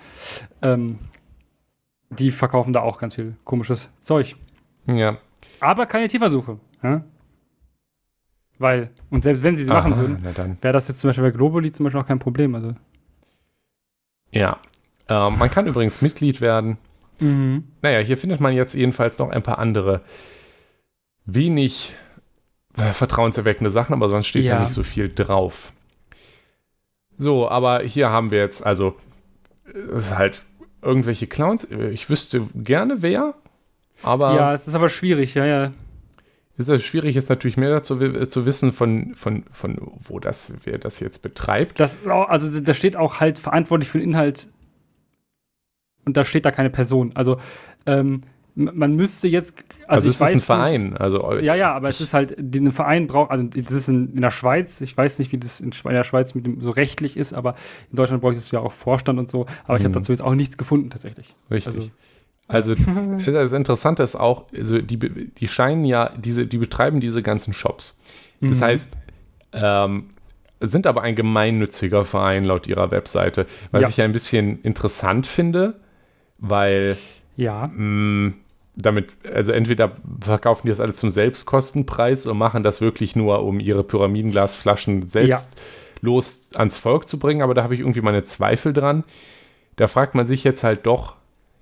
die verkaufen da auch ganz viel komisches Zeug. Ja. Aber keine Tierversuche. Ja? Weil, und selbst wenn sie machen würden, wäre das jetzt zum Beispiel bei Globuli zum Beispiel auch kein Problem. Also. Ja. Man kann übrigens Mitglied werden. Naja, hier findet man jetzt jedenfalls noch ein paar andere wenig vertrauenserweckende Sachen, aber sonst steht ja nicht so viel drauf. So, aber hier haben wir jetzt, also, es ist halt irgendwelche Clowns. Ich wüsste gerne wer, aber. Ja, es ist aber schwierig, ja. Ist das schwierig, ist natürlich mehr dazu zu wissen, von wer das jetzt betreibt. Also, da steht auch halt verantwortlich für den Inhalt. Und da steht da keine Person. Also, man müsste jetzt, also ich es weiß ist ein nicht, Verein. Also, ja, aber es ist halt, den Verein braucht, also das ist in der Schweiz, ich weiß nicht, wie das in der Schweiz mit dem so rechtlich ist, aber in Deutschland bräuchte es ja auch Vorstand und so, aber ich habe dazu jetzt auch nichts gefunden tatsächlich. Richtig. Also das Interessante ist auch, also die scheinen ja, die betreiben diese ganzen Shops. Das heißt, sind aber ein gemeinnütziger Verein laut ihrer Webseite, was ich ja ein bisschen interessant finde, weil damit, also entweder verkaufen die das alle zum Selbstkostenpreis und machen das wirklich nur, um ihre Pyramidenglasflaschen selbstlos ans Volk zu bringen, aber da habe ich irgendwie meine Zweifel dran. Da fragt man sich jetzt halt doch,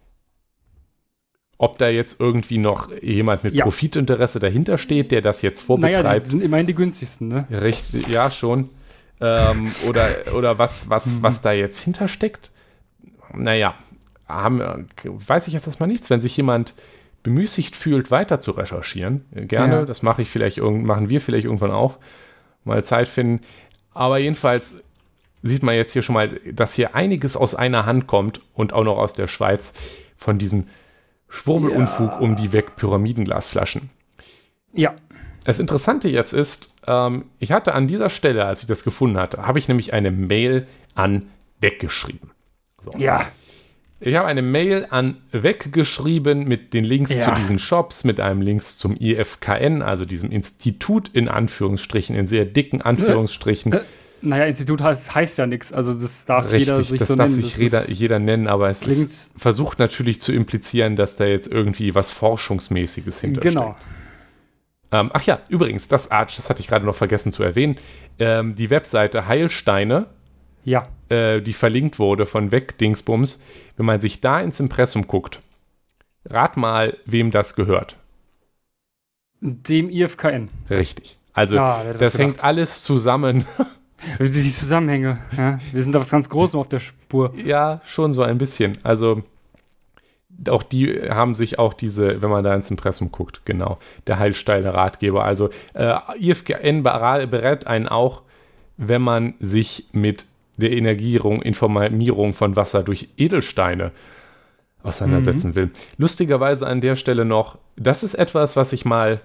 ob da jetzt irgendwie noch jemand mit Profitinteresse dahinter steht, der das jetzt vorbetreibt. Naja, die sind immerhin die günstigsten, ne? Richtig, ja, schon. Oder was da jetzt hintersteckt. Naja, weiß ich jetzt erstmal nichts. Wenn sich jemand bemüßigt fühlt, weiter zu recherchieren, gerne, das machen wir vielleicht irgendwann auch, mal Zeit finden. Aber jedenfalls sieht man jetzt hier schon mal, dass hier einiges aus einer Hand kommt und auch noch aus der Schweiz von diesem Schwurbelunfug um die Pyramidenglasflaschen. Ja. Das Interessante jetzt ist, ich hatte an dieser Stelle, als ich das gefunden hatte, habe ich nämlich eine Mail an Weg geschrieben. So. Ja. Ich habe eine Mail an Weg geschrieben mit den Links zu diesen Shops, mit einem Links zum IFKN, also diesem Institut in Anführungsstrichen, in sehr dicken Anführungsstrichen. Naja, Institut heißt ja nichts, also das darf jeder sich so nennen. Richtig, das darf sich jeder nennen, aber es versucht natürlich zu implizieren, dass da jetzt irgendwie was Forschungsmäßiges hintersteckt. Genau. Ach ja, übrigens, das hatte ich gerade noch vergessen zu erwähnen, die Webseite Heilsteine, die verlinkt wurde von Weg-Dingsbums, wenn man sich da ins Impressum guckt, rat mal, wem das gehört. Dem IFKN. Richtig. Also, das hängt alles zusammen. Die Zusammenhänge. Ja? Wir sind da was ganz Großes auf der Spur. Ja, schon so ein bisschen. Also auch die haben sich auch wenn man da ins Impressum guckt, genau, der Heilsteine Ratgeber. Also IFKN berät einen auch, wenn man sich mit der Informierung von Wasser durch Edelsteine auseinandersetzen will. Lustigerweise an der Stelle noch, das ist etwas, was ich mal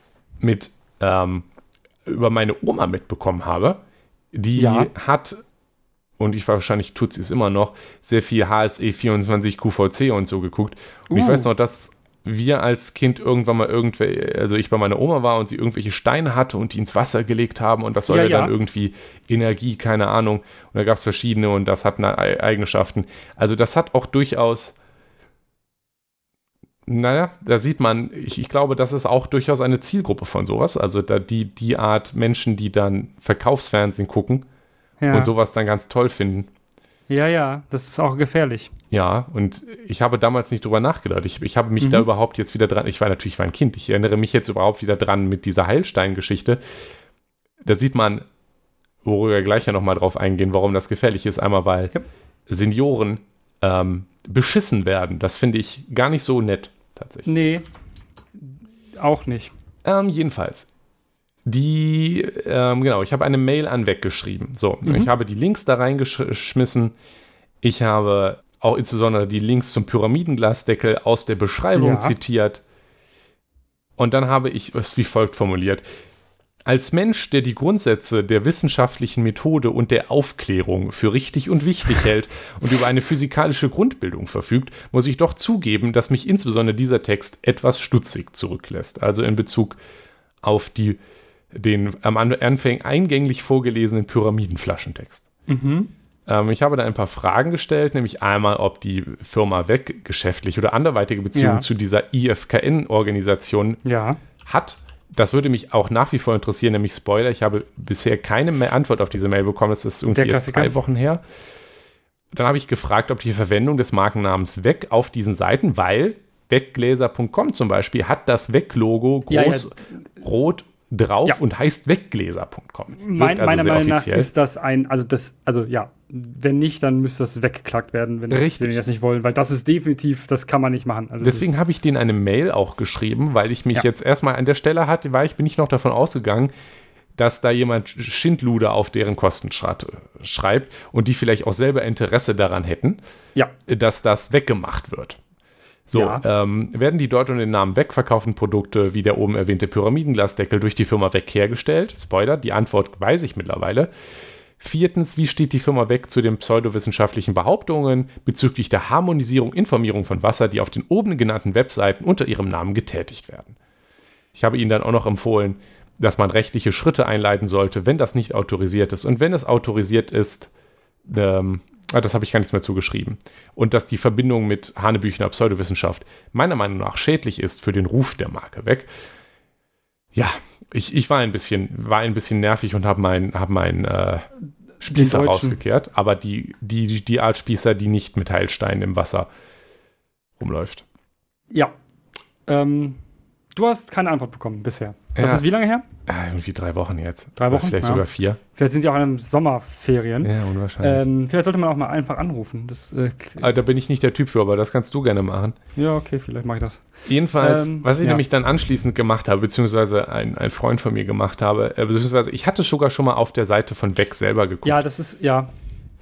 über meine Oma mitbekommen habe. Die hat, und wahrscheinlich tut sie es immer noch, sehr viel HSE 24 QVC und so geguckt. Und ich weiß noch, dass wir als Kind irgendwann mal also ich bei meiner Oma war und sie irgendwelche Steine hatte und die ins Wasser gelegt haben und das soll dann irgendwie Energie, keine Ahnung. Und da gab es verschiedene und das hat Eigenschaften. Also das hat auch durchaus, da sieht man, ich glaube, das ist auch durchaus eine Zielgruppe von sowas. Also da die Art Menschen, die dann Verkaufsfernsehen gucken und sowas dann ganz toll finden. Ja, das ist auch gefährlich. Ja, und ich habe damals nicht drüber nachgedacht. Ich habe mich da überhaupt jetzt wieder dran, ich war ein Kind, ich erinnere mich jetzt überhaupt wieder dran mit dieser Heilstein-Geschichte. Da sieht man, worüber wir gleich ja nochmal drauf eingehen, warum das gefährlich ist. Einmal, weil Senioren beschissen werden. Das finde ich gar nicht so nett, tatsächlich. Nee, auch nicht. Jedenfalls. Genau, ich habe eine Mail an Weg geschrieben. So, ich habe die Links da reingeschmissen. Ich habe auch insbesondere die Links zum Pyramidenglasdeckel aus der Beschreibung zitiert. Und dann habe ich es wie folgt formuliert. Als Mensch, der die Grundsätze der wissenschaftlichen Methode und der Aufklärung für richtig und wichtig hält und über eine physikalische Grundbildung verfügt, muss ich doch zugeben, dass mich insbesondere dieser Text etwas stutzig zurücklässt. Also in Bezug auf den am Anfang eingänglich vorgelesenen Pyramidenflaschentext. Ich habe da ein paar Fragen gestellt, nämlich einmal, ob die Firma Weg geschäftliche oder anderweitige Beziehungen zu dieser IFKN-Organisation hat. Das würde mich auch nach wie vor interessieren, nämlich Spoiler, ich habe bisher keine mehr Antwort auf diese Mail bekommen, das ist irgendwie jetzt 3 Wochen her. Dann habe ich gefragt, ob die Verwendung des Markennamens Weg auf diesen Seiten, weil weggläser.com zum Beispiel hat das Weg-Logo groß rot drauf und heißt weggläser.com. Meiner Meinung nach ist das wenn nicht, dann müsste das weggeklagt werden, wenn die das nicht wollen, weil das ist definitiv, das kann man nicht machen. Also deswegen habe ich denen eine Mail auch geschrieben, weil ich mich jetzt erstmal an der Stelle hatte, bin ich noch davon ausgegangen, dass da jemand Schindluder auf deren Kosten schreibt und die vielleicht auch selber Interesse daran hätten, dass das weggemacht wird. So, Ja. werden die dort unter dem Namen Weg verkauften Produkte, wie der oben erwähnte Pyramidenglasdeckel, durch die Firma Weg hergestellt? Spoiler, die Antwort weiß ich mittlerweile. 4. Wie steht die Firma Weg zu den pseudowissenschaftlichen Behauptungen bezüglich der Harmonisierung, Informierung von Wasser, die auf den oben genannten Webseiten unter ihrem Namen getätigt werden? Ich habe Ihnen dann auch noch empfohlen, dass man rechtliche Schritte einleiten sollte, wenn das nicht autorisiert ist. Und wenn es autorisiert ist, das habe ich gar nichts mehr zugeschrieben. Und dass die Verbindung mit hanebüchener Pseudowissenschaft meiner Meinung nach schädlich ist für den Ruf der Marke Weg. Ja, ich war ein bisschen nervig und habe meinen Spießer rausgekehrt. Aber die Art Spießer, die nicht mit Heilsteinen im Wasser rumläuft. Ja. Du hast keine Antwort bekommen bisher. Das ist wie lange her? Irgendwie 3 Wochen jetzt. 3 Wochen? Vielleicht sogar 4. Vielleicht sind die auch in den Sommerferien. Ja, unwahrscheinlich. Vielleicht sollte man auch mal einfach anrufen. Da bin ich nicht der Typ für, aber das kannst du gerne machen. Ja, okay, vielleicht mache ich das. Jedenfalls, was ich nämlich dann anschließend gemacht habe, beziehungsweise ein Freund von mir gemacht habe, beziehungsweise ich hatte sogar schon mal auf der Seite von Weg selber geguckt. Ja, das ist, ja.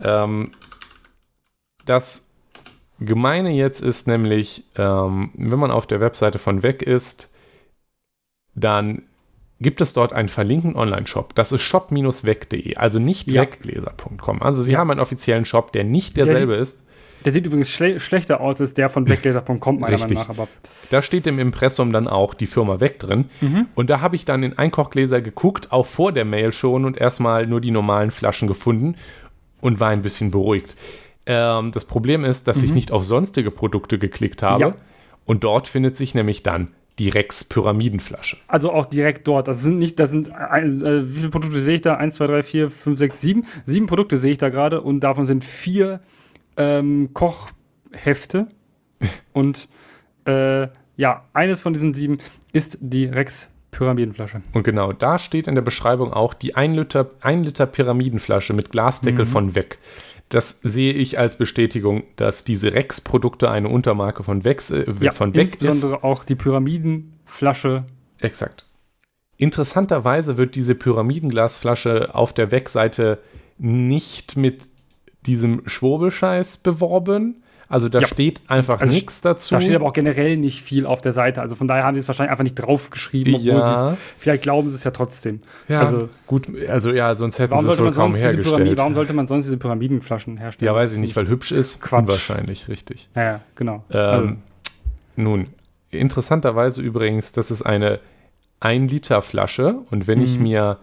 Das Gemeine jetzt ist nämlich, wenn man auf der Webseite von Weg ist, dann gibt es dort einen verlinkten Online-Shop. Das ist shop-weg.de, also nicht weggläser.com. Also sie haben einen offiziellen Shop, der nicht derselbe ist. Der sieht übrigens schlechter aus als der von weggläser.com, meiner Meinung nach. Aber da steht im Impressum dann auch die Firma Weg drin. Und da habe ich dann in Einkochgläser geguckt, auch vor der Mail schon, und erstmal nur die normalen Flaschen gefunden und war ein bisschen beruhigt. Das Problem ist, dass ich nicht auf sonstige Produkte geklickt habe. Ja. Und dort findet sich nämlich dann die Rex-Pyramidenflasche. also auch direkt dort. wie viele Produkte sehe ich da? 1, 2, 3, 4, 5, 6, 7. 7 Produkte sehe ich da gerade und davon sind 4 Kochhefte. Und eines von diesen 7 ist die Rex-Pyramidenflasche. Und genau, da steht in der Beschreibung auch die 1 Liter Pyramidenflasche mit Glasdeckel von Weg. Das sehe ich als Bestätigung, dass diese Rex-Produkte eine Untermarke von Weg ist. Insbesondere auch die Pyramidenflasche. Exakt. Interessanterweise wird diese Pyramidenglasflasche auf der Weg-Seite nicht mit diesem Schwurbelscheiß beworben. Also da steht einfach nichts dazu. Da steht aber auch generell nicht viel auf der Seite. Also von daher haben sie es wahrscheinlich einfach nicht draufgeschrieben, obwohl vielleicht glauben sie es ja trotzdem. Ja, also, gut, also ja, sonst hätten sie es wohl kaum hergestellt. Warum sollte man sonst diese Pyramidenflaschen herstellen? Ja, weiß ich nicht, weil hübsch ist. Quatsch. Unwahrscheinlich, richtig. Ja, genau. Nun, interessanterweise übrigens, das ist eine 1 Liter Flasche und wenn ich mir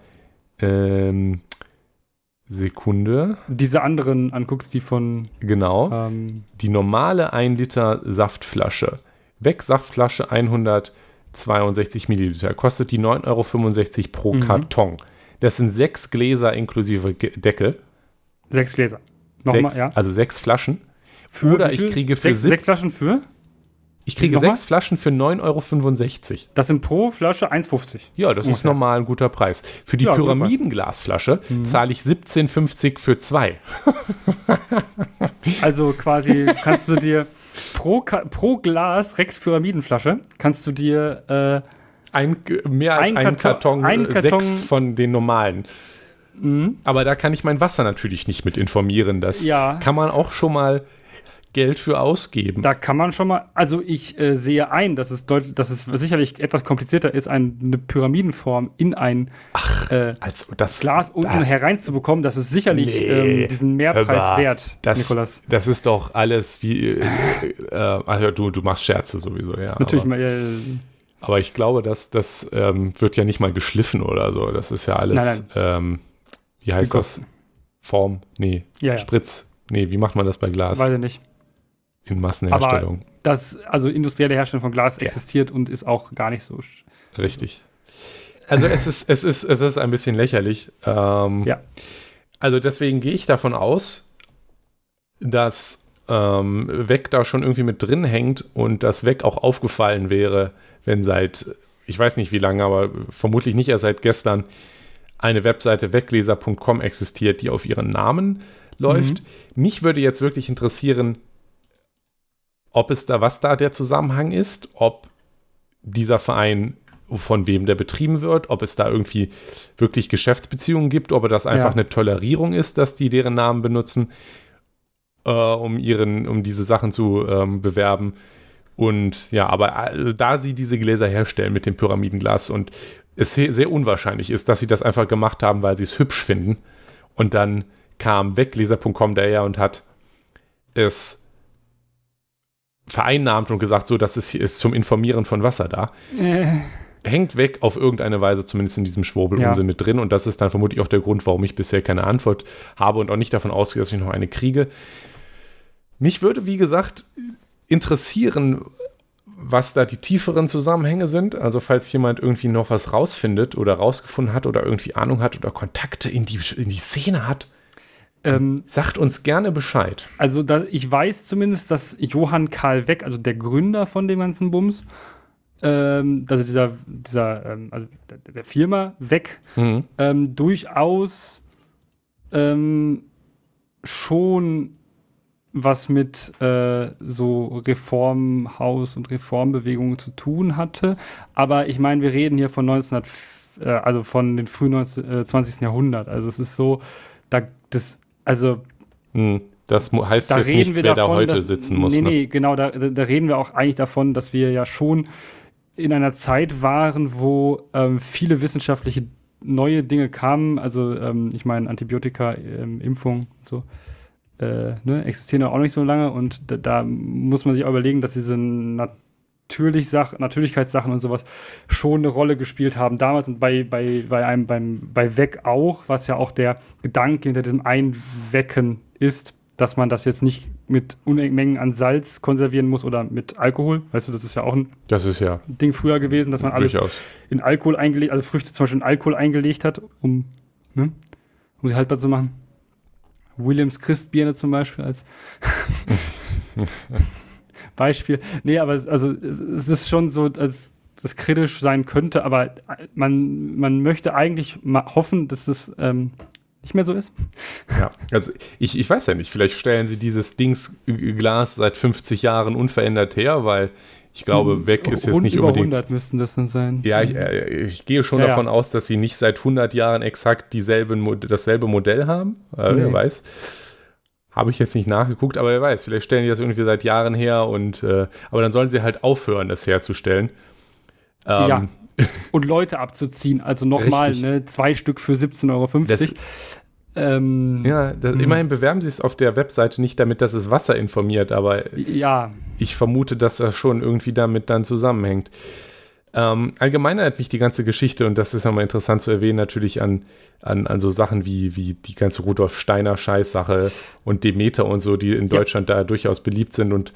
Sekunde. Diese anderen anguckst, die von... Genau. Die normale 1 Liter Saftflasche. Weg Saftflasche 162 Milliliter. Kostet die 9,65 € pro Karton. Das sind 6 Gläser inklusive Deckel. 6 Gläser. Nochmal, ja. Also 6 Flaschen. Oder ich kriege für 6 Flaschen für? Ich kriege 6 Flaschen für 9,65 €. Das sind pro Flasche 1,50 €. Ja, das ist normal ein guter Preis. Für die Pyramidenglasflasche zahle ich 17,50 € für 2. Also quasi kannst du dir pro Glas Rex Pyramidenflasche kannst du dir mehr als einen Karton 6 von den normalen. Aber da kann ich mein Wasser natürlich nicht mit informieren. Das kann man auch schon mal Geld für ausgeben. Da kann man schon mal, also ich sehe ein, dass es sicherlich etwas komplizierter ist, eine Pyramidenform in ein Glas unten hereinzubekommen. Das ist sicherlich diesen Mehrpreis wert, Nikolas. Das ist doch alles wie, also du machst Scherze sowieso, ja. Natürlich aber ich glaube, das wird ja nicht mal geschliffen oder so. Das ist ja alles, wie heißt das? Form? Nee. Spritz? Nee, wie macht man das bei Glas? Weiß ich nicht. In Massenherstellung. Aber industrielle Herstellung von Glas existiert und ist auch gar nicht so. Richtig. Also es ist ein bisschen lächerlich. Also deswegen gehe ich davon aus, dass Weg da schon irgendwie mit drin hängt und dass Weg auch aufgefallen wäre, wenn seit, ich weiß nicht wie lange, aber vermutlich nicht erst seit gestern, eine Webseite weggläser.com existiert, die auf ihren Namen läuft. Mich würde jetzt wirklich interessieren, was da der Zusammenhang ist, ob dieser Verein von wem der betrieben wird, ob es da irgendwie wirklich Geschäftsbeziehungen gibt, ob das einfach eine Tolerierung ist, dass die deren Namen benutzen, um diese Sachen zu bewerben. Und ja, aber da sie diese Gläser herstellen mit dem Pyramidenglas und es sehr unwahrscheinlich ist, dass sie das einfach gemacht haben, weil sie es hübsch finden. Und dann kam weggläser.com daher und hat es vereinnahmt und gesagt, so, das ist zum Informieren von Wasser da. Hängt weg auf irgendeine Weise, zumindest in diesem Schwurbel-Unsinn mit drin. Und das ist dann vermutlich auch der Grund, warum ich bisher keine Antwort habe und auch nicht davon ausgehe, dass ich noch eine kriege. Mich würde, wie gesagt, interessieren, was da die tieferen Zusammenhänge sind. Also falls jemand irgendwie noch was rausfindet oder rausgefunden hat oder irgendwie Ahnung hat oder Kontakte in die Szene hat, sagt uns gerne Bescheid. Also ich weiß zumindest, dass Johann Karl Weck, also der Gründer von dem ganzen Bums, also der Firma Weck, durchaus schon was mit so Reformhaus und Reformbewegungen zu tun hatte. Aber ich meine, wir reden hier von von den frühen 20. Jahrhundert. Also es ist so, das heißt jetzt nichts, wer da heute sitzen muss. Nee, genau, da reden wir auch eigentlich davon, dass wir ja schon in einer Zeit waren, wo viele wissenschaftliche neue Dinge kamen. Also ich meine, Antibiotika, Impfung, so. Existieren auch noch nicht so lange und da muss man sich auch überlegen, dass diese Natürlichkeitssachen und sowas schon eine Rolle gespielt haben damals und bei Weck auch, was ja auch der Gedanke hinter diesem Einwecken ist, dass man das jetzt nicht mit Unmengen an Salz konservieren muss oder mit Alkohol. Weißt du, das ist ja auch ein Ding früher gewesen, dass man alles in Alkohol eingelegt, also Früchte zum Beispiel in Alkohol eingelegt hat, um sie haltbar zu machen. Williams Christbirne zum Beispiel als Beispiel. Nee, aber es ist schon so, dass das kritisch sein könnte, aber man möchte eigentlich mal hoffen, dass es nicht mehr so ist. Ja, also ich weiß ja nicht, vielleicht stellen sie dieses Glas seit 50 Jahren unverändert her, weil ich glaube, Weck ist jetzt nicht über unbedingt... 100 müssten das dann sein. Ja, ich gehe schon davon aus, dass sie nicht seit 100 Jahren exakt dasselbe Modell haben. Wer weiß. Habe ich jetzt nicht nachgeguckt, aber wer weiß. Vielleicht stellen die das irgendwie seit Jahren her. Aber dann sollen sie halt aufhören, das herzustellen. Und Leute abzuziehen. Also nochmal 2 Stück für 17,50 €. Immerhin bewerben sie es auf der Webseite nicht damit, dass es Wasser informiert, aber ich vermute, dass das schon irgendwie damit dann zusammenhängt. Allgemein erinnert mich die ganze Geschichte, und das ist ja mal interessant zu erwähnen, natürlich an so Sachen wie die ganze Rudolf Steiner Scheißsache und Demeter und so, die in Deutschland da durchaus beliebt sind und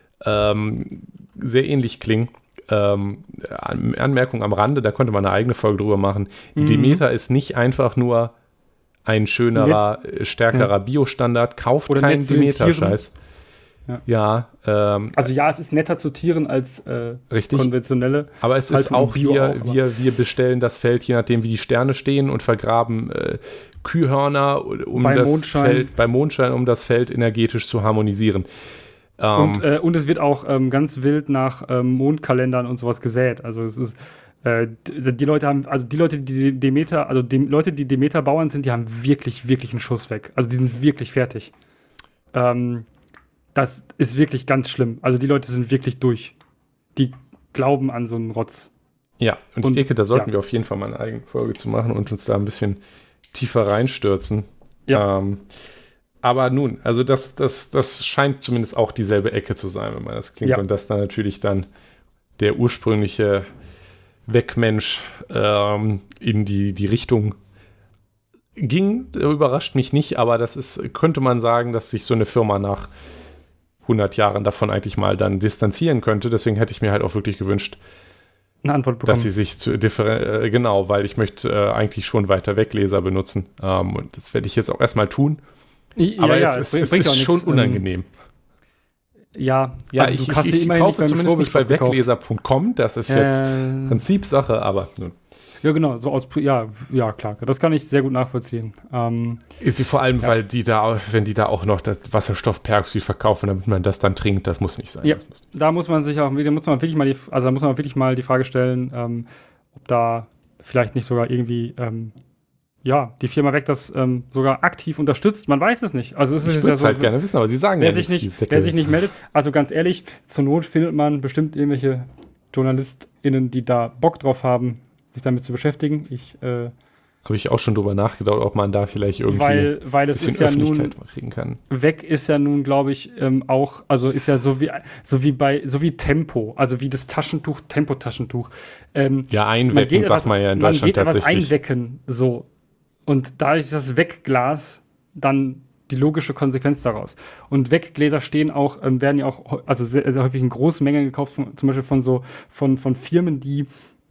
sehr ähnlich klingen. Anmerkung am Rande, da konnte man eine eigene Folge drüber machen. Demeter ist nicht einfach nur ein schönerer, stärkerer Biostandard, kauft oder keinen Demeter-Scheiß. Also es ist netter zu Tieren als konventionelle. Aber es ist auch, wir bestellen das Feld, je nachdem wie die Sterne stehen, und vergraben Kühhörner bei Mondschein, um das Feld energetisch zu harmonisieren. Und es wird auch ganz wild nach Mondkalendern und sowas gesät. Also es ist die Leute, die Demeter-Bauern sind, die haben wirklich, wirklich einen Schuss weg. Also die sind wirklich fertig. Das ist wirklich ganz schlimm. Also die Leute sind wirklich durch. Die glauben an so einen Rotz. Ja, und ich denke, da sollten wir auf jeden Fall mal eine eigene Folge zu machen und uns da ein bisschen tiefer reinstürzen. Ja. Aber nun, also das scheint zumindest auch dieselbe Ecke zu sein, wenn man das klingt. Ja. Und dass da natürlich dann der ursprüngliche Weckmensch in die Richtung ging, überrascht mich nicht, aber könnte man sagen, dass sich so eine Firma nach 100 Jahren davon eigentlich mal dann distanzieren könnte. Deswegen hätte ich mir halt auch wirklich gewünscht, eine Antwort bekommen. Dass sie sich genau, weil ich möchte eigentlich schon weiter Weggläser benutzen. Und das werde ich jetzt auch erstmal tun. Aber es ist schon unangenehm. Also ich kaufe zumindest nicht bei weggläser.com. Das ist jetzt Prinzipsache, aber nun. Ja, genau, so klar, das kann ich sehr gut nachvollziehen. Ist sie vor allem, weil wenn die da auch noch das Wasserstoffperoxid verkaufen, damit man das dann trinkt, das muss nicht sein. Ja, da muss man wirklich mal die Frage stellen, ob da vielleicht nicht sogar irgendwie die Firma weg das sogar aktiv unterstützt. Man weiß es nicht. Also es ich würde es halt gerne wissen, aber sie sagen wer sich nicht meldet. Also ganz ehrlich, zur Not findet man bestimmt irgendwelche JournalistInnen, die da Bock drauf haben, sich damit zu beschäftigen. Habe ich auch schon drüber nachgedacht, ob man da vielleicht irgendwie weil es ist ja nun kriegen kann. Weg ist ja nun, glaube ich, auch, also ist ja so wie Tempo, also wie das Taschentuch, Tempotaschentuch. Einwecken sagt man ja in Deutschland tatsächlich. Man geht etwas einwecken, so. Und dadurch ist das Wegglas dann die logische Konsequenz daraus. Und Weggläser werden ja auch, also sehr, sehr häufig in großen Mengen gekauft, zum Beispiel von Firmen, die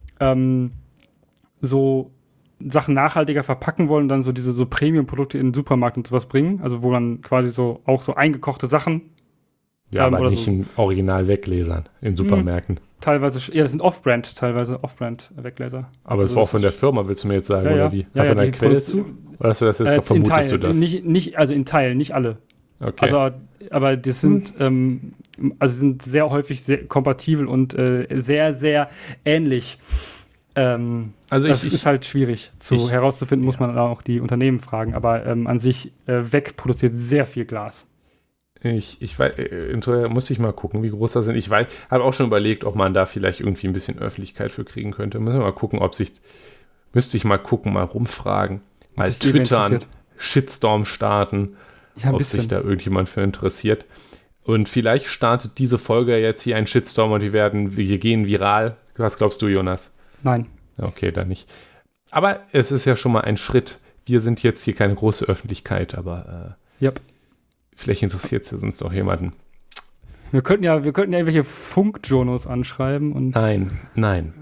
so Sachen nachhaltiger verpacken wollen und dann so diese so Premium-Produkte in den Supermarkt und sowas bringen. Also wo dann quasi so auch so eingekochte Sachen. Ja, aber nicht in Original-Weggläsern in Supermärkten. Teilweise, das sind Off-Brand-Weggläser. Aber das war auch von der Firma, willst du mir jetzt sagen, oder wie? Hast du eine Quelle zu? Oder hast du das jetzt vermutest du das? Also in Teilen, nicht alle. Okay. Also, aber das sind, sind sehr häufig sehr kompatibel und sehr, sehr ähnlich. Also das ist halt schwierig herauszufinden, muss man auch die Unternehmen fragen, aber an sich Weg produziert sehr viel Glas. Ich weiß, muss ich mal gucken, wie groß das sind. Ich habe auch schon überlegt, ob man da vielleicht irgendwie ein bisschen Öffentlichkeit für kriegen könnte. Müssen wir mal gucken, müsste ich mal gucken, mal rumfragen, mal twittern, Shitstorm starten, ob sich da irgendjemand für interessiert. Und vielleicht startet diese Folge jetzt hier ein Shitstorm und wir gehen viral. Was glaubst du, Jonas? Nein. Okay, dann nicht. Aber es ist ja schon mal ein Schritt. Wir sind jetzt hier keine große Öffentlichkeit, aber vielleicht interessiert es ja sonst auch jemanden. Wir könnten ja irgendwelche Funkjournos anschreiben und. Nein.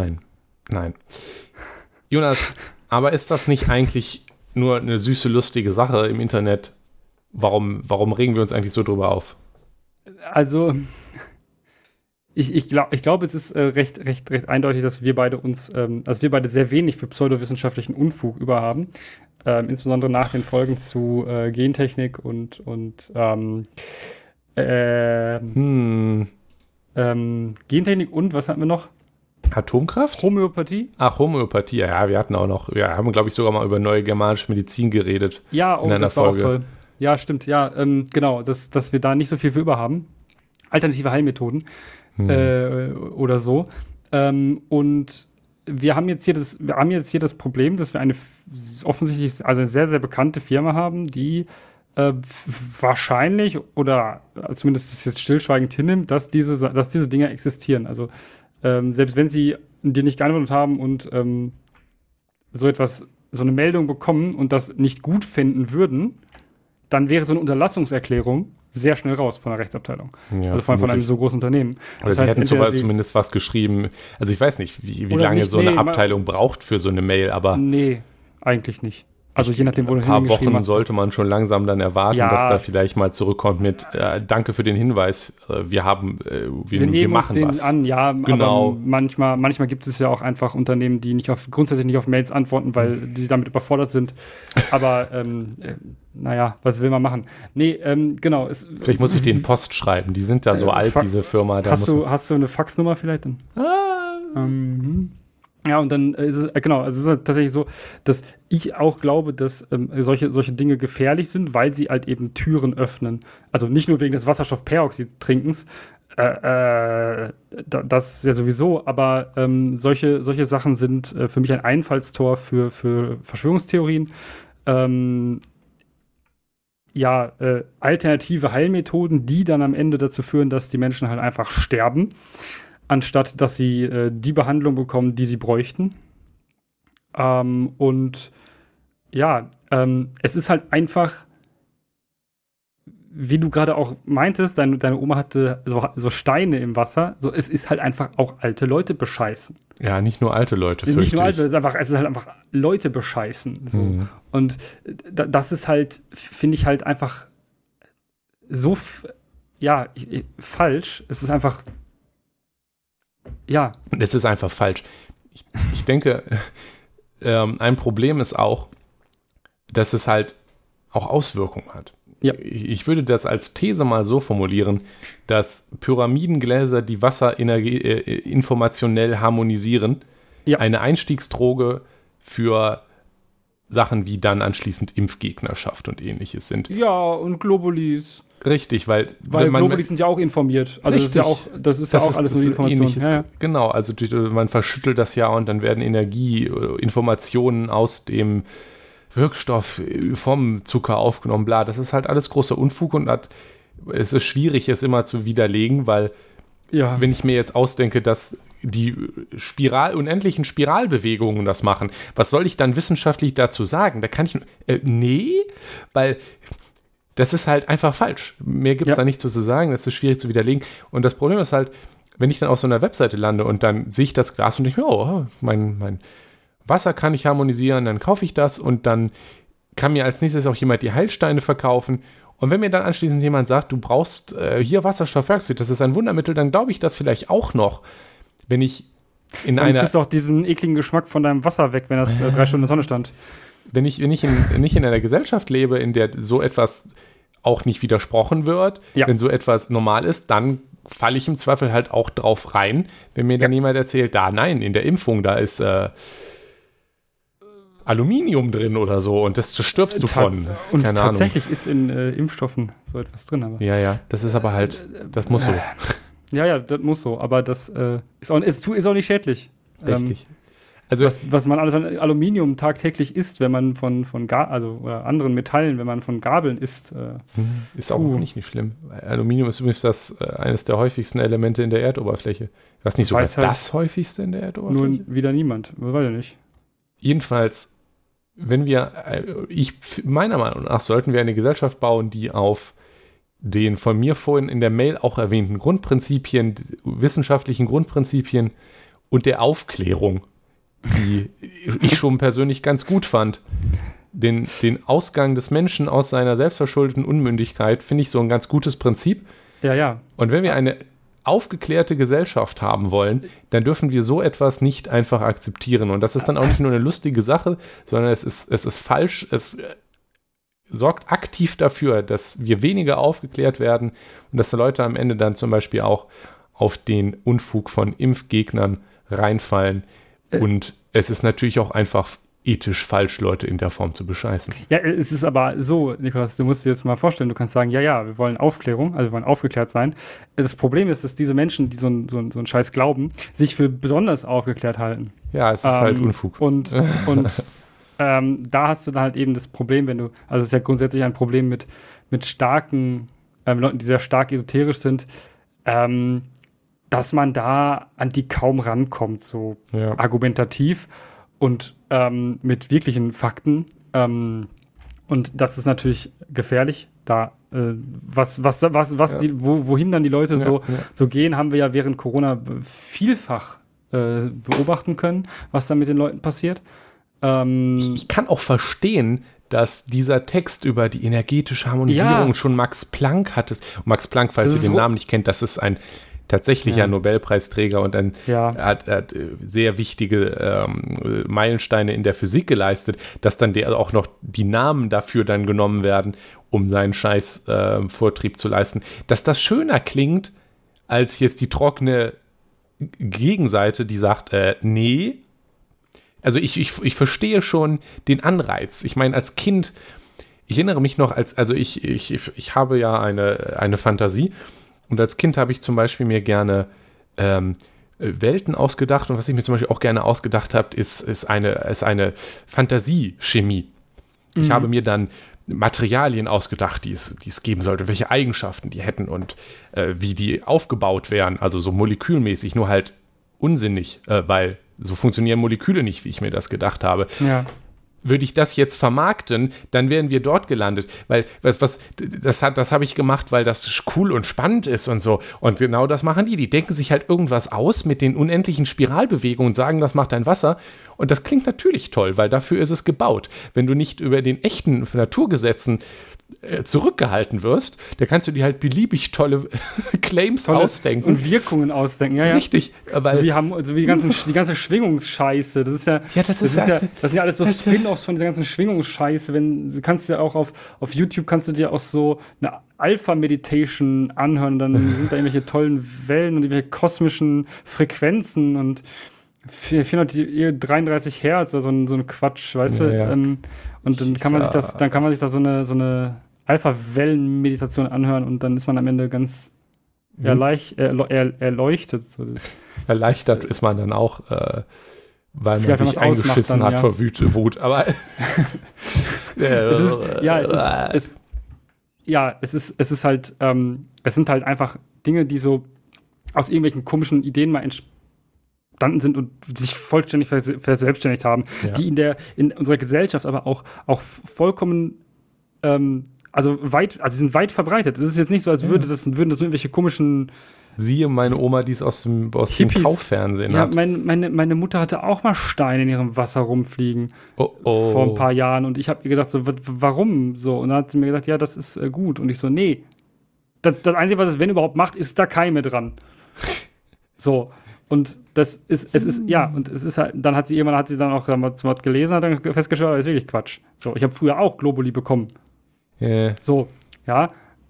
Jonas, aber ist das nicht eigentlich nur eine süße, lustige Sache im Internet? Warum regen wir uns eigentlich so drüber auf? Also. Ich glaube, es ist recht eindeutig, dass wir beide sehr wenig für pseudowissenschaftlichen Unfug überhaben. Insbesondere nach den Folgen zu Gentechnik und Gentechnik und was hatten wir noch? Atomkraft? Homöopathie? Ach, Homöopathie, ja, wir haben, glaube ich, sogar mal über neue germanische Medizin geredet. Ja, das war auch toll. Ja, stimmt, ja, genau, dass wir da nicht so viel für überhaben. Alternative Heilmethoden. Oder so. Und wir haben jetzt hier das Problem, dass wir eine offensichtlich, also eine sehr, sehr bekannte Firma haben, die wahrscheinlich oder zumindest das jetzt stillschweigend hinnimmt, dass diese Dinge existieren. Also selbst wenn sie dir nicht geantwortet haben und so eine Meldung bekommen und das nicht gut finden würden, dann wäre so eine Unterlassungserklärung sehr schnell raus von der Rechtsabteilung. Ja, also von einem so großen Unternehmen. Oder sie hätten zumindest was geschrieben. Also ich weiß nicht, wie lange so eine Abteilung braucht für so eine Mail, aber... Nee, eigentlich nicht. Also je nachdem, wo du ein paar Wochen sollte man schon langsam dann erwarten, dass da vielleicht mal zurückkommt mit danke für den Hinweis, wir machen was. An, ja, genau. Aber manchmal gibt es ja auch einfach Unternehmen, die grundsätzlich nicht auf Mails antworten, weil die damit überfordert sind. Aber was will man machen? Nee, genau. Vielleicht muss ich denen Post schreiben, die sind da so alt, diese Firma. Hast du eine Faxnummer vielleicht dann? Ja, und dann ist es, es ist halt tatsächlich so, dass ich auch glaube, dass solche Dinge gefährlich sind, weil sie halt eben Türen öffnen. Also nicht nur wegen des Wasserstoffperoxid-Trinkens, das ja sowieso, aber solche Sachen sind für mich ein Einfallstor für Verschwörungstheorien. Alternative Heilmethoden, die dann am Ende dazu führen, dass die Menschen halt einfach sterben, anstatt dass sie die Behandlung bekommen, die sie bräuchten. Es ist halt einfach, wie du gerade auch meintest, deine Oma hatte so Steine im Wasser. So, es ist halt einfach auch alte Leute bescheißen. Ja, nicht nur alte Leute, Nicht nur alte Leute, es ist halt einfach Leute bescheißen. So. Mhm. Und das ist halt, finde ich halt einfach so, falsch. Es ist einfach, ja. Es ist einfach falsch. Ich denke, ein Problem ist auch, dass es halt auch Auswirkungen hat. Ja. Ich würde das als These mal so formulieren, dass Pyramidengläser, die Wasser informationell harmonisieren, eine Einstiegsdroge für Sachen wie dann anschließend Impfgegnerschaft und ähnliches sind. Ja, und Globulis. Richtig, weil Globulis sind ja auch informiert. Also richtig, das ist ja auch alles nur die Information. Ja. Genau, also man verschüttelt das ja und dann werden Informationen aus dem Wirkstoff vom Zucker aufgenommen, bla. Das ist halt alles großer Unfug und es ist schwierig, es immer zu widerlegen, weil wenn ich mir jetzt ausdenke, dass die unendlichen Spiralbewegungen das machen, was soll ich dann wissenschaftlich dazu sagen? Da kann ich, weil das ist halt einfach falsch. Mehr gibt es da nicht zu sagen, das ist schwierig zu widerlegen. Und das Problem ist halt, wenn ich dann auf so einer Webseite lande und dann sehe ich das Glas und denke mir, mein Wasser kann ich harmonisieren, dann kaufe ich das und dann kann mir als nächstes auch jemand die Heilsteine verkaufen. Und wenn mir dann anschließend jemand sagt, du brauchst hier Wasserstoffperoxid, das ist ein Wundermittel, dann glaube ich das vielleicht auch noch. Wenn ich dann kriegst du auch diesen ekligen Geschmack von deinem Wasser weg, wenn das 3 Stunden in der Sonne stand. Wenn ich nicht in einer Gesellschaft lebe, in der so etwas auch nicht widersprochen wird, wenn so etwas normal ist, dann falle ich im Zweifel halt auch drauf rein, wenn mir dann jemand erzählt, nein, in der Impfung, da ist Aluminium drin oder so und das stirbst du von. Und keine tatsächlich Ahnung. Ist in Impfstoffen so etwas drin. Aber. Ja, das ist aber halt, das muss so. Ja, das muss so, aber das ist auch nicht schädlich. Richtig. Also was man alles an Aluminium tagtäglich isst, wenn man von oder anderen Metallen, wenn man von Gabeln isst. Ist auch nicht schlimm. Aluminium ist übrigens eines der häufigsten Elemente in der Erdoberfläche. Ich weiß nicht, sogar das häufigste in der Erdoberfläche? Nur wieder niemand, weiß ja nicht. Jedenfalls, meiner Meinung nach, sollten wir eine Gesellschaft bauen, die auf den von mir vorhin in der Mail auch erwähnten Grundprinzipien, wissenschaftlichen Grundprinzipien und der Aufklärung, die ich schon persönlich ganz gut fand. Den Ausgang des Menschen aus seiner selbstverschuldeten Unmündigkeit finde ich so ein ganz gutes Prinzip. Ja. Und wenn wir eine aufgeklärte Gesellschaft haben wollen, dann dürfen wir so etwas nicht einfach akzeptieren. Und das ist dann auch nicht nur eine lustige Sache, sondern es ist falsch. Es sorgt aktiv dafür, dass wir weniger aufgeklärt werden und dass die Leute am Ende dann zum Beispiel auch auf den Unfug von Impfgegnern reinfallen. Und es ist natürlich auch einfach ethisch falsch, Leute in der Form zu bescheißen. Ja, es ist aber so, Nikolaus, du musst dir jetzt mal vorstellen, du kannst sagen, wir wollen Aufklärung, also wir wollen aufgeklärt sein. Das Problem ist, dass diese Menschen, die so einen Scheiß glauben, sich für besonders aufgeklärt halten. Ja, es ist halt Unfug. Und da hast du dann halt eben das Problem, es ist ja grundsätzlich ein Problem mit starken Leuten, die sehr stark esoterisch sind, dass man da an die kaum rankommt, so argumentativ und mit wirklichen Fakten. Und das ist natürlich gefährlich. Da wohin dann die Leute so gehen, haben wir ja während Corona vielfach beobachten können, was da mit den Leuten passiert. Ich kann auch verstehen, dass dieser Text über die energetische Harmonisierung schon Max Planck hat. Max Planck, falls ihr den Namen nicht kennt, das ist ein tatsächlicher Nobelpreisträger und hat sehr wichtige Meilensteine in der Physik geleistet, dass dann auch noch die Namen dafür dann genommen werden, um seinen Scheiß Vortrieb zu leisten. Dass das schöner klingt, als jetzt die trockene Gegenseite, die sagt, nee. Also ich verstehe schon den Anreiz. Ich meine, als Kind, ich erinnere mich noch, ich habe ja eine Fantasie. Und als Kind habe ich zum Beispiel mir gerne Welten ausgedacht. Und was ich mir zum Beispiel auch gerne ausgedacht habe, ist eine Fantasie-Chemie. Ich habe mir dann Materialien ausgedacht, die es geben sollte, welche Eigenschaften die hätten und wie die aufgebaut wären. Also so molekülmäßig, nur halt unsinnig, weil so funktionieren Moleküle nicht, wie ich mir das gedacht habe. Ja. Würde ich das jetzt vermarkten, dann wären wir dort gelandet, weil das habe ich gemacht, weil das cool und spannend ist und so. Und genau das machen die. Die denken sich halt irgendwas aus mit den unendlichen Spiralbewegungen und sagen, das macht dein Wasser. Und das klingt natürlich toll, weil dafür ist es gebaut. Wenn du nicht über den echten Naturgesetzen zurückgehalten wirst, da kannst du dir halt beliebig tolle Claims ausdenken. Und Wirkungen ausdenken, ja. Richtig. Weil wie die ganze Schwingungsscheiße, das sind ja alles so Spin-offs von dieser ganzen Schwingungsscheiße. Du kannst ja auch auf YouTube kannst du dir auch so eine Alpha-Meditation anhören, dann sind da irgendwelche tollen Wellen und irgendwelche kosmischen Frequenzen und 433 Hertz oder so ein Quatsch, weißt du? Ja. Und dann kann man sich da so eine Alpha-Wellen-Meditation anhören und dann ist man am Ende ganz erleuchtet. So. Erleichtert ist man dann auch, weil man Vielleicht, wenn sich man's ausmacht eingeschissen dann, hat ja. vor Wut. Aber es ist halt, es sind halt einfach Dinge, die so aus irgendwelchen komischen Ideen mal entstanden sind und sich vollständig verselbstständigt haben, die in unserer Gesellschaft aber auch vollkommen sie sind weit verbreitet. Es ist jetzt nicht so, als würden das nur irgendwelche komischen siehe meine Oma, die es aus dem Kauffernsehen hat. Ja, meine Mutter hatte auch mal Steine in ihrem Wasser rumfliegen vor ein paar Jahren und ich habe ihr gesagt, so, warum so? Und dann hat sie mir gesagt, ja, das ist gut. Und ich so, nee, das Einzige, was es, wenn überhaupt, macht, ist da Keime dran. So. Und es ist halt, dann hat sie dann auch was gelesen, hat dann festgestellt, das ist wirklich Quatsch. So, ich habe früher auch Globuli bekommen. So, ja.